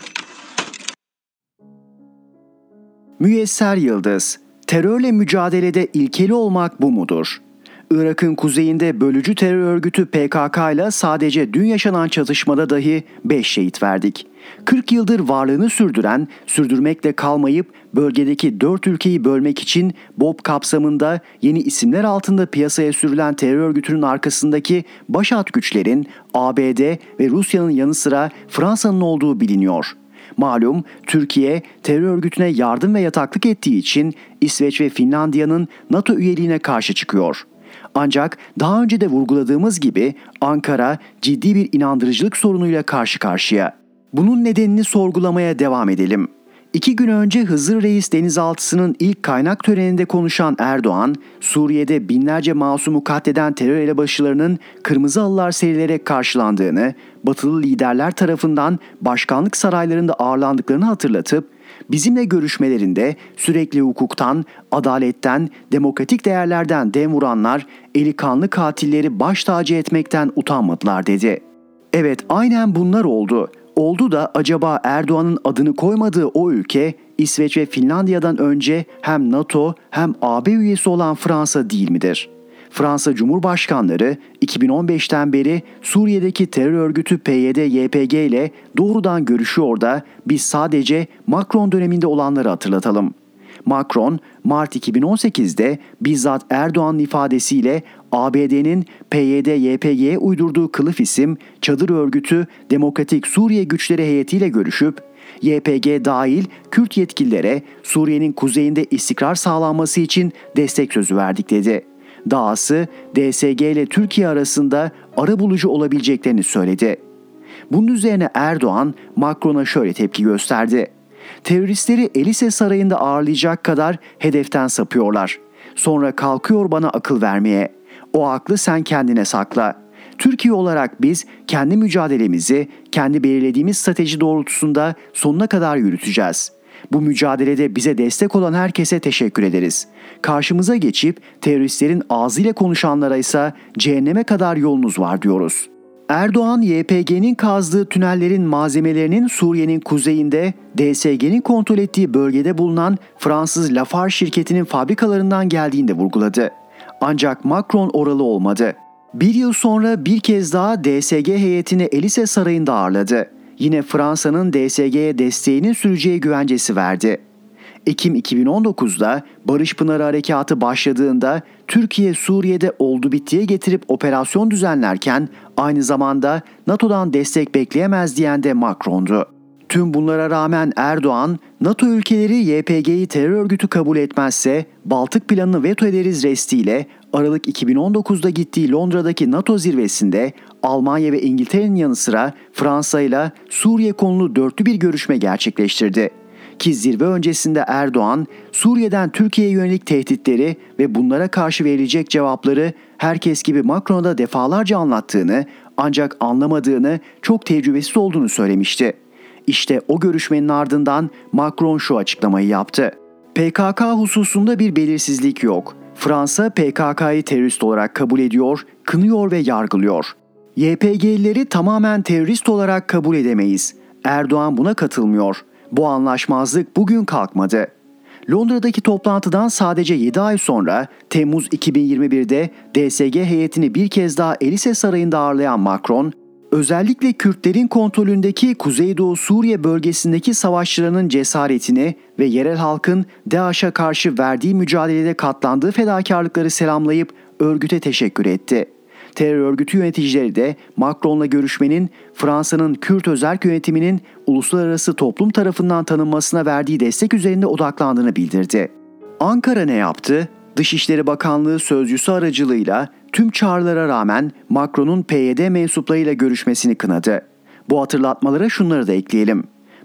Müyesser Yıldız, terörle mücadelede ilkeli olmak bu mudur? Irak'ın kuzeyinde bölücü terör örgütü P K K ile sadece dün yaşanan çatışmada dahi beş şehit verdik. kırk yıldır varlığını sürdüren, sürdürmekle kalmayıp bölgedeki dört ülkeyi bölmek için B O P kapsamında yeni isimler altında piyasaya sürülen terör örgütünün arkasındaki başat güçlerin A B D ve Rusya'nın yanı sıra Fransa'nın olduğu biliniyor. Malum Türkiye terör örgütüne yardım ve yataklık ettiği için İsveç ve Finlandiya'nın NATO üyeliğine karşı çıkıyor. Ancak daha önce de vurguladığımız gibi Ankara ciddi bir inandırıcılık sorunuyla karşı karşıya. Bunun nedenini sorgulamaya devam edelim. İki gün önce Hızır Reis denizaltısının ilk kaynak töreninde konuşan Erdoğan, Suriye'de binlerce masumu katleden terör elebaşılarının Kırmızı Halılar serilerek karşılandığını, batılı liderler tarafından başkanlık saraylarında ağırlandıklarını hatırlatıp, bizimle görüşmelerinde sürekli hukuktan, adaletten, demokratik değerlerden dem vuranlar, eli kanlı katilleri baş tacı etmekten utanmadılar dedi. Evet, aynen bunlar oldu. Oldu da acaba Erdoğan'ın adını koymadığı o ülke, İsveç ve Finlandiya'dan önce hem NATO hem A B üyesi olan Fransa değil midir? Fransa Cumhurbaşkanları iki bin on beşten beri Suriye'deki terör örgütü P Y D Y P G ile doğrudan görüşüyor da biz sadece Macron döneminde olanları hatırlatalım. Macron, Mart iki bin on sekizde bizzat Erdoğan'ın ifadesiyle A B D'nin P Y D Y P G'ye uydurduğu kılıf isim çadır örgütü Demokratik Suriye Güçleri heyetiyle görüşüp Y P G dahil Kürt yetkililere Suriye'nin kuzeyinde istikrar sağlanması için destek sözü verdik dedi. Dahası D S G ile Türkiye arasında arabulucu olabileceklerini söyledi. Bunun üzerine Erdoğan Macron'a şöyle tepki gösterdi. Teröristleri Elise Sarayı'nda ağırlayacak kadar hedeften sapıyorlar. Sonra kalkıyor bana akıl vermeye. O aklı sen kendine sakla. Türkiye olarak biz kendi mücadelemizi, kendi belirlediğimiz strateji doğrultusunda sonuna kadar yürüteceğiz. Bu mücadelede bize destek olan herkese teşekkür ederiz. Karşımıza geçip teröristlerin ağzıyla konuşanlara ise cehenneme kadar yolunuz var diyoruz. Erdoğan, Y P G'nin kazdığı tünellerin malzemelerinin Suriye'nin kuzeyinde D S G'nin kontrol ettiği bölgede bulunan Fransız Lafarge şirketinin fabrikalarından geldiğini de vurguladı. Ancak Macron oralı olmadı. Bir yıl sonra bir kez daha D S G heyetini Elise Sarayı'nda ağırladı. Yine Fransa'nın D S G'ye desteğinin süreceği güvencesi verdi. Ekim iki bin on dokuzda Barış Pınarı Harekatı başladığında Türkiye Suriye'de oldu bittiye getirip operasyon düzenlerken aynı zamanda NATO'dan destek bekleyemez diyen de Macron'du. Tüm bunlara rağmen Erdoğan, NATO ülkeleri Y P G'yi terör örgütü kabul etmezse Baltık planını veto ederiz restiyle Aralık iki bin on dokuzda gittiği Londra'daki NATO zirvesinde Almanya ve İngiltere'nin yanı sıra Fransa ile Suriye konulu dörtlü bir görüşme gerçekleştirdi. Ki zirve öncesinde Erdoğan, Suriye'den Türkiye'ye yönelik tehditleri ve bunlara karşı verilecek cevapları herkes gibi Macron'a da defalarca anlattığını ancak anlamadığını, çok tecrübesiz olduğunu söylemişti. İşte o görüşmenin ardından Macron şu açıklamayı yaptı. P K K hususunda bir belirsizlik yok. Fransa P K K'yı terörist olarak kabul ediyor, kınıyor ve yargılıyor. Y P G'lileri tamamen terörist olarak kabul edemeyiz. Erdoğan buna katılmıyor. Bu anlaşmazlık bugün kalkmadı. Londra'daki toplantıdan sadece yedi ay sonra Temmuz iki bin yirmi birde D S G heyetini bir kez daha Elise Sarayı'nda ağırlayan Macron, özellikle Kürtlerin kontrolündeki Kuzeydoğu Suriye bölgesindeki savaşçılarının cesaretini ve yerel halkın DAEŞ'e karşı verdiği mücadelede katlandığı fedakarlıkları selamlayıp örgüte teşekkür etti. Terör örgütü yöneticileri de Macron'la görüşmenin Fransa'nın Kürt özerk yönetiminin uluslararası toplum tarafından tanınmasına verdiği destek üzerinde odaklandığını bildirdi. Ankara ne yaptı? Dışişleri Bakanlığı sözcüsü aracılığıyla tüm çağrılara rağmen Macron'un P Y D mensuplarıyla görüşmesini kınadı. Bu hatırlatmalara şunları da ekleyelim.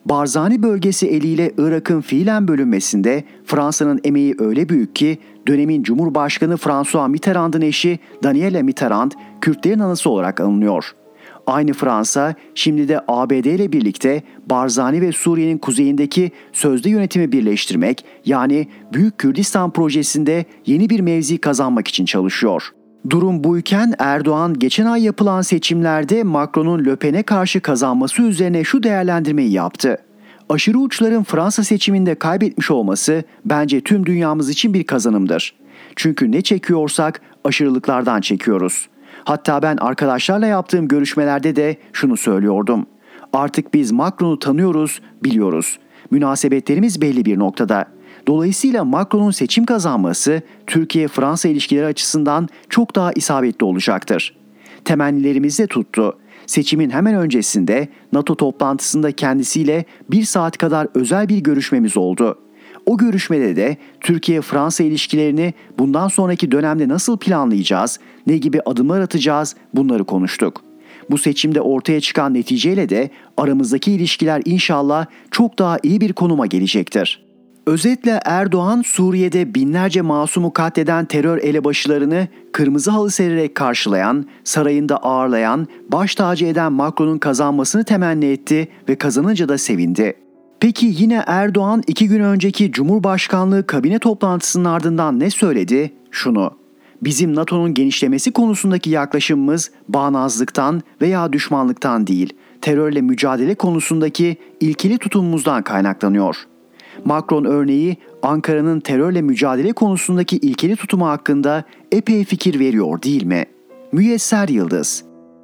Barzani bölgesi eliyle Irak'ın fiilen bölünmesinde Fransa'nın emeği öyle büyük ki dönemin Cumhurbaşkanı François Mitterrand'ın eşi Danielle Mitterrand Kürtlerin anası olarak anılıyor. Aynı Fransa şimdi de A B D ile birlikte Barzani ve Suriye'nin kuzeyindeki sözde yönetimi birleştirmek, yani Büyük Kürdistan projesinde yeni bir mevzi kazanmak için çalışıyor. Durum buyken Erdoğan geçen ay yapılan seçimlerde Macron'un Le Pen'e karşı kazanması üzerine şu değerlendirmeyi yaptı. Aşırı uçların Fransa seçiminde kaybetmiş olması bence tüm dünyamız için bir kazanımdır. Çünkü ne çekiyorsak aşırılıklardan çekiyoruz. Hatta ben arkadaşlarla yaptığım görüşmelerde de şunu söylüyordum. Artık biz Macron'u tanıyoruz, biliyoruz. Münasebetlerimiz belli bir noktada. Dolayısıyla Macron'un seçim kazanması Türkiye-Fransa ilişkileri açısından çok daha isabetli olacaktır. Temennilerimiz de tuttu. Seçimin hemen öncesinde NATO toplantısında kendisiyle bir saat kadar özel bir görüşmemiz oldu. O görüşmede de Türkiye-Fransa ilişkilerini bundan sonraki dönemde nasıl planlayacağız, ne gibi adımlar atacağız, bunları konuştuk. Bu seçimde ortaya çıkan neticeyle de aramızdaki ilişkiler inşallah çok daha iyi bir konuma gelecektir. Özetle Erdoğan, Suriye'de binlerce masumu katleden terör elebaşılarını kırmızı halı sererek karşılayan, sarayında ağırlayan, baş tacı eden Macron'un kazanmasını temenni etti ve kazanınca da sevindi. Peki yine Erdoğan iki gün önceki Cumhurbaşkanlığı kabine toplantısının ardından ne söyledi? Şunu: bizim NATO'nun genişlemesi konusundaki yaklaşımımız bağnazlıktan veya düşmanlıktan değil, terörle mücadele konusundaki ilkeli tutumumuzdan kaynaklanıyor. Macron örneği Ankara'nın terörle mücadele konusundaki ilkeli tutumu hakkında epey fikir veriyor değil mi? Müyesser Yıldız.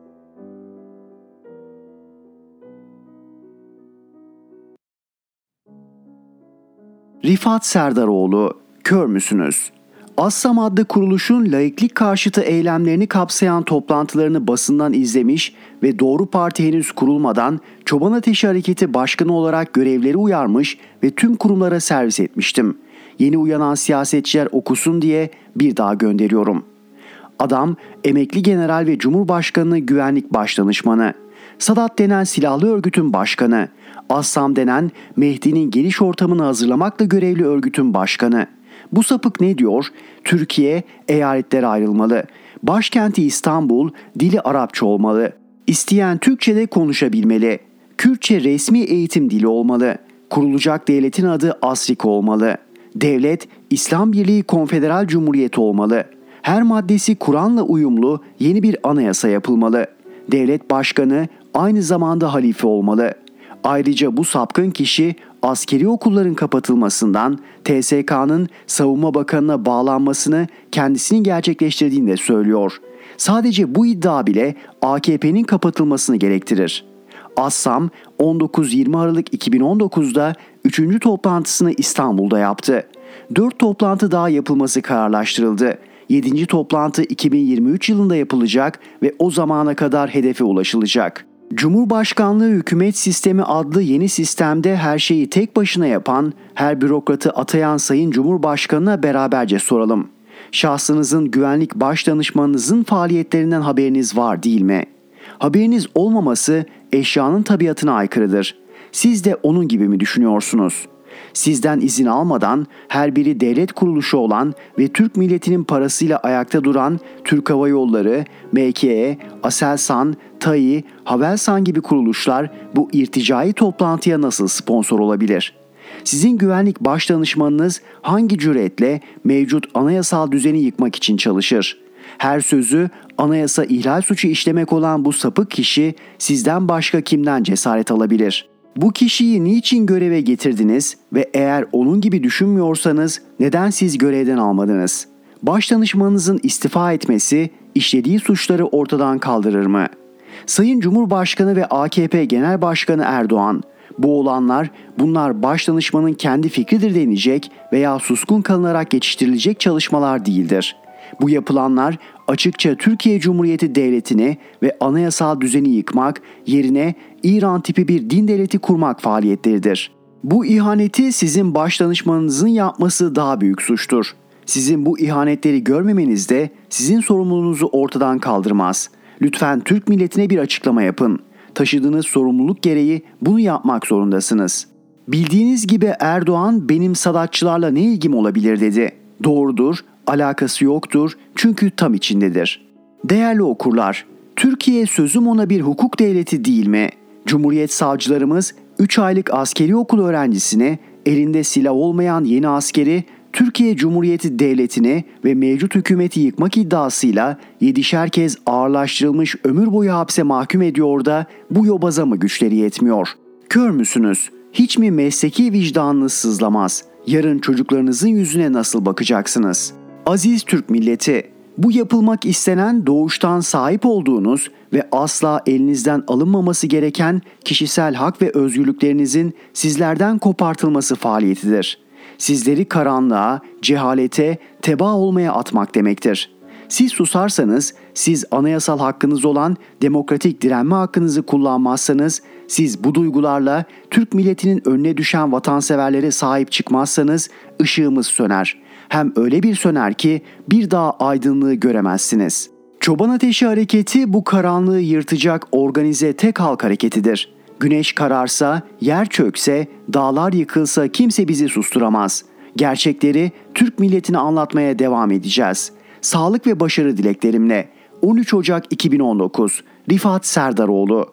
Rifat Serdaroğlu, kör müsünüz? Assam adlı kuruluşun laiklik karşıtı eylemlerini kapsayan toplantılarını basından izlemiş ve Doğru Parti henüz kurulmadan Çoban Ateşi Hareketi Başkanı olarak görevleri uyarmış ve tüm kurumlara servis etmiştim. Yeni uyanan siyasetçiler okusun diye bir daha gönderiyorum. Adam emekli general ve Cumhurbaşkanı güvenlik başdanışmanı. Sadat denen silahlı örgütün başkanı. Assam denen Mehdi'nin geliş ortamını hazırlamakla görevli örgütün başkanı. Bu sapık ne diyor? Türkiye eyaletlere ayrılmalı. Başkenti İstanbul, dili Arapça olmalı. İsteyen Türkçe'de konuşabilmeli. Kürtçe resmi eğitim dili olmalı. Kurulacak devletin adı Asrik olmalı. Devlet, İslam Birliği Konfederal Cumhuriyeti olmalı. Her maddesi Kur'an'la uyumlu yeni bir anayasa yapılmalı. Devlet başkanı aynı zamanda halife olmalı. Ayrıca bu sapkın kişi askeri okulların kapatılmasından, T S K'nın Savunma Bakanı'na bağlanmasını kendisinin gerçekleştirdiğini de söylüyor. Sadece bu iddia bile A K P'nin kapatılmasını gerektirir. Assam on dokuz yirmi Aralık iki bin on dokuz'da üçüncü toplantısını İstanbul'da yaptı. dört toplantı daha yapılması kararlaştırıldı. yedinci toplantı iki bin yirmi üç yılında yapılacak ve o zamana kadar hedefe ulaşılacak. Cumhurbaşkanlığı hükümet sistemi adlı yeni sistemde her şeyi tek başına yapan, her bürokratı atayan Sayın Cumhurbaşkanı'na beraberce soralım. Şahsınızın güvenlik başdanışmanınızın faaliyetlerinden haberiniz var değil mi? Haberiniz olmaması eşyanın tabiatına aykırıdır. Siz de onun gibi mi düşünüyorsunuz? Sizden izin almadan her biri devlet kuruluşu olan ve Türk milletinin parasıyla ayakta duran Türk Hava Yolları, M K E, Aselsan, T A İ, Havelsan gibi kuruluşlar bu irticai toplantıya nasıl sponsor olabilir? Sizin güvenlik başdanışmanınız hangi cüretle mevcut anayasal düzeni yıkmak için çalışır? Her sözü anayasa ihlal suçu işlemek olan bu sapık kişi sizden başka kimden cesaret alabilir? Bu kişiyi niçin göreve getirdiniz ve eğer onun gibi düşünmüyorsanız neden siz görevden almadınız? Başdanışmanınızın istifa etmesi işlediği suçları ortadan kaldırır mı? Sayın Cumhurbaşkanı ve A K P Genel Başkanı Erdoğan, bu olanlar bunlar başdanışmanın kendi fikridir denecek veya suskun kalınarak geçiştirilecek çalışmalar değildir. Bu yapılanlar açıkça Türkiye Cumhuriyeti Devleti'ni ve anayasal düzeni yıkmak, yerine İran tipi bir din devleti kurmak faaliyetleridir. Bu ihaneti sizin başdanışmanınızın yapması daha büyük suçtur. Sizin bu ihanetleri görmemeniz de sizin sorumluluğunuzu ortadan kaldırmaz. Lütfen Türk milletine bir açıklama yapın. Taşıdığınız sorumluluk gereği bunu yapmak zorundasınız. Bildiğiniz gibi Erdoğan benim Sadatçılarla ne ilgim olabilir dedi. Doğrudur, alakası yoktur çünkü tam içindedir. Değerli okurlar, Türkiye sözüm ona bir hukuk devleti değil mi? Cumhuriyet savcılarımız üç aylık askeri okul öğrencisine elinde silah olmayan yeni askeri Türkiye Cumhuriyeti Devleti'ni ve mevcut hükümeti yıkmak iddiasıyla yedişer kez ağırlaştırılmış ömür boyu hapse mahkum ediyor da bu yobaza mı güçleri yetmiyor? Kör müsünüz? Hiç mi mesleki vicdanınız sızlamaz? Yarın çocuklarınızın yüzüne nasıl bakacaksınız? Aziz Türk milleti, bu yapılmak istenen doğuştan sahip olduğunuz ve asla elinizden alınmaması gereken kişisel hak ve özgürlüklerinizin sizlerden kopartılması faaliyetidir. Sizleri karanlığa, cehalete, tebaa olmaya atmak demektir. Siz susarsanız, siz anayasal hakkınız olan demokratik direnme hakkınızı kullanmazsanız, siz bu duygularla Türk milletinin önüne düşen vatanseverlere sahip çıkmazsanız ışığımız söner. Hem öyle bir söner ki bir daha aydınlığı göremezsiniz. Çoban Ateşi Hareketi bu karanlığı yırtacak organize tek halk hareketidir. Güneş kararsa, yer çökse, dağlar yıkılsa kimse bizi susturamaz. Gerçekleri Türk milletine anlatmaya devam edeceğiz. Sağlık ve başarı dileklerimle. on üç Ocak iki bin on dokuz Rifat Serdaroğlu.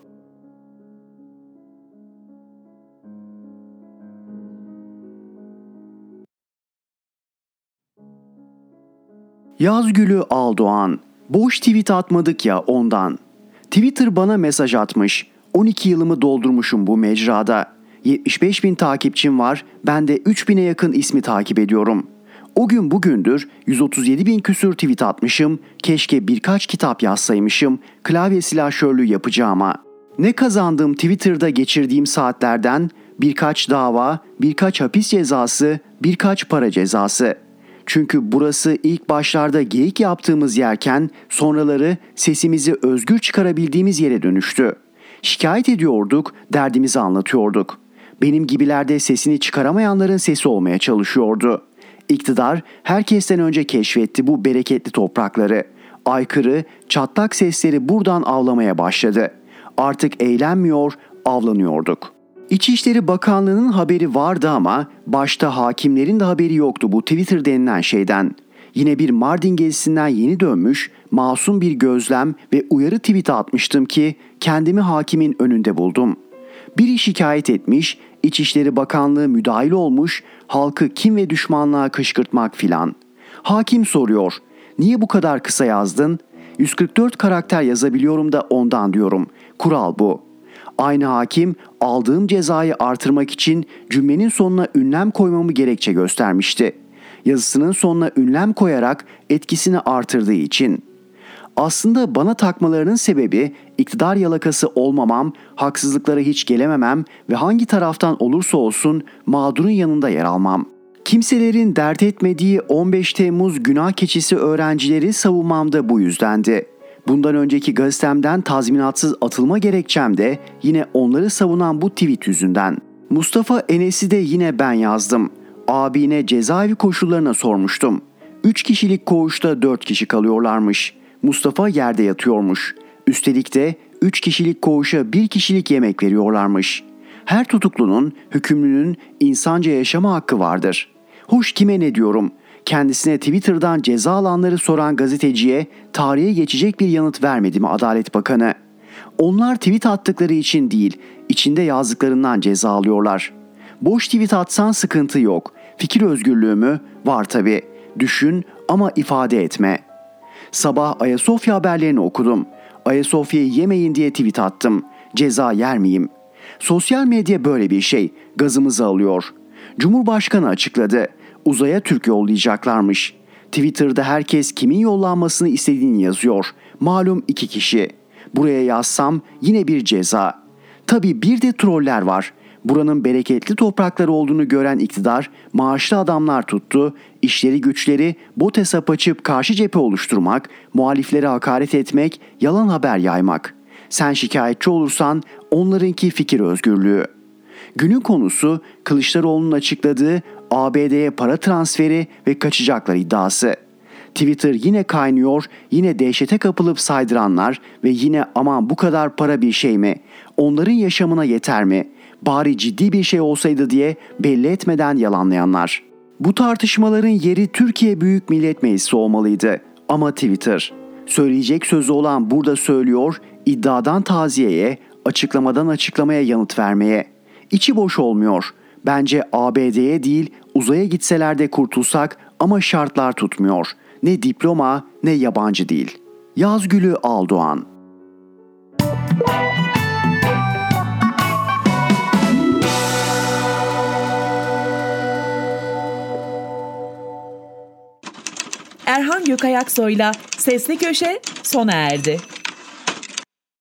Yazgülü Aldoğan. Boş tweet atmadık ya ondan. Twitter bana mesaj atmış. on iki yılımı doldurmuşum bu mecrada. yetmiş beş bin takipçim var. Ben de üç bine yakın ismi takip ediyorum. O gün bugündür yüz otuz yedi bin küsür tweet atmışım. Keşke birkaç kitap yazsaymışım. Klavye silahşörlüğü yapacağıma. Ne kazandım Twitter'da geçirdiğim saatlerden? Birkaç dava, birkaç hapis cezası, birkaç para cezası. Çünkü burası ilk başlarda geyik yaptığımız yerken sonraları sesimizi özgür çıkarabildiğimiz yere dönüştü. Şikayet ediyorduk, derdimizi anlatıyorduk. Benim gibilerde sesini çıkaramayanların sesi olmaya çalışıyordu. İktidar herkesten önce keşfetti bu bereketli toprakları. Aykırı, çatlak sesleri buradan avlamaya başladı. Artık eğlenmiyor, avlanıyorduk. İçişleri Bakanlığı'nın haberi vardı ama başta hakimlerin de haberi yoktu bu Twitter denilen şeyden. Yine bir Mardin gezisinden yeni dönmüş, masum bir gözlem ve uyarı tweet atmıştım ki kendimi hakimin önünde buldum. Biri şikayet etmiş, İçişleri Bakanlığı müdahil olmuş, halkı kin ve düşmanlığa kışkırtmak filan. Hakim soruyor, niye bu kadar kısa yazdın? yüz kırk dört karakter yazabiliyorum da ondan diyorum. Kural bu. Aynı hakim aldığım cezayı artırmak için cümlenin sonuna ünlem koymamı gerekçe göstermişti. Yazısının sonuna ünlem koyarak etkisini artırdığı için. Aslında bana takmalarının sebebi iktidar yalakası olmamam, haksızlıklara hiç gelememem ve hangi taraftan olursa olsun mağdurun yanında yer almam. Kimselerin dert etmediği on beş Temmuz günah keçisi öğrencileri savunmam da bu yüzdendi. Bundan önceki gazetemden tazminatsız atılma gerekçem de yine onları savunan bu tweet yüzünden. Mustafa Enes'i de yine ben yazdım. Abine cezaevi koşullarına sormuştum. üç kişilik koğuşta dört kişi kalıyorlarmış. Mustafa yerde yatıyormuş. Üstelik de üç kişilik koğuşa bir kişilik yemek veriyorlarmış. Her tutuklunun, hükümlünün insanca yaşama hakkı vardır. Hoş kime ne diyorum? Kendisine Twitter'dan ceza alanları soran gazeteciye tarihe geçecek bir yanıt vermedi mi Adalet Bakanı? Onlar tweet attıkları için değil, içinde yazdıklarından ceza alıyorlar. Boş tweet atsan sıkıntı yok. Fikir özgürlüğü mü? Var tabii. Düşün ama ifade etme. Sabah Ayasofya haberlerini okudum. Ayasofya'yı yemeyin diye tweet attım. Ceza yer miyim? Sosyal medya böyle bir şey. Gazımızı alıyor. Cumhurbaşkanı açıkladı. Uzaya Türk yollayacaklarmış. Twitter'da herkes kimin yollanmasını istediğini yazıyor. Malum iki kişi. Buraya yazsam yine bir ceza. Tabii bir de troller var. Buranın bereketli toprakları olduğunu gören iktidar maaşlı adamlar tuttu, işleri güçleri bot hesap açıp karşı cephe oluşturmak, muhaliflere hakaret etmek, yalan haber yaymak. Sen şikayetçi olursan onlarınki fikir özgürlüğü. Günün konusu Kılıçdaroğlu'nun açıkladığı A B D'ye para transferi ve kaçacaklar iddiası. Twitter yine kaynıyor, yine dehşete kapılıp saydıranlar ve yine aman bu kadar para bir şey mi? Onların yaşamına yeter mi? Bari ciddi bir şey olsaydı diye belli etmeden yalanlayanlar. Bu tartışmaların yeri Türkiye Büyük Millet Meclisi olmalıydı. Ama Twitter. Söyleyecek sözü olan burada söylüyor, iddiadan taziyeye, açıklamadan açıklamaya yanıt vermeye. İçi boş olmuyor. Bence A B D'ye değil uzaya gitseler de kurtulsak ama şartlar tutmuyor. Ne diploma ne yabancı dil. Yazgülü Aldoğan. Erhan Gökayaksoy'la Sesli Köşe sona erdi.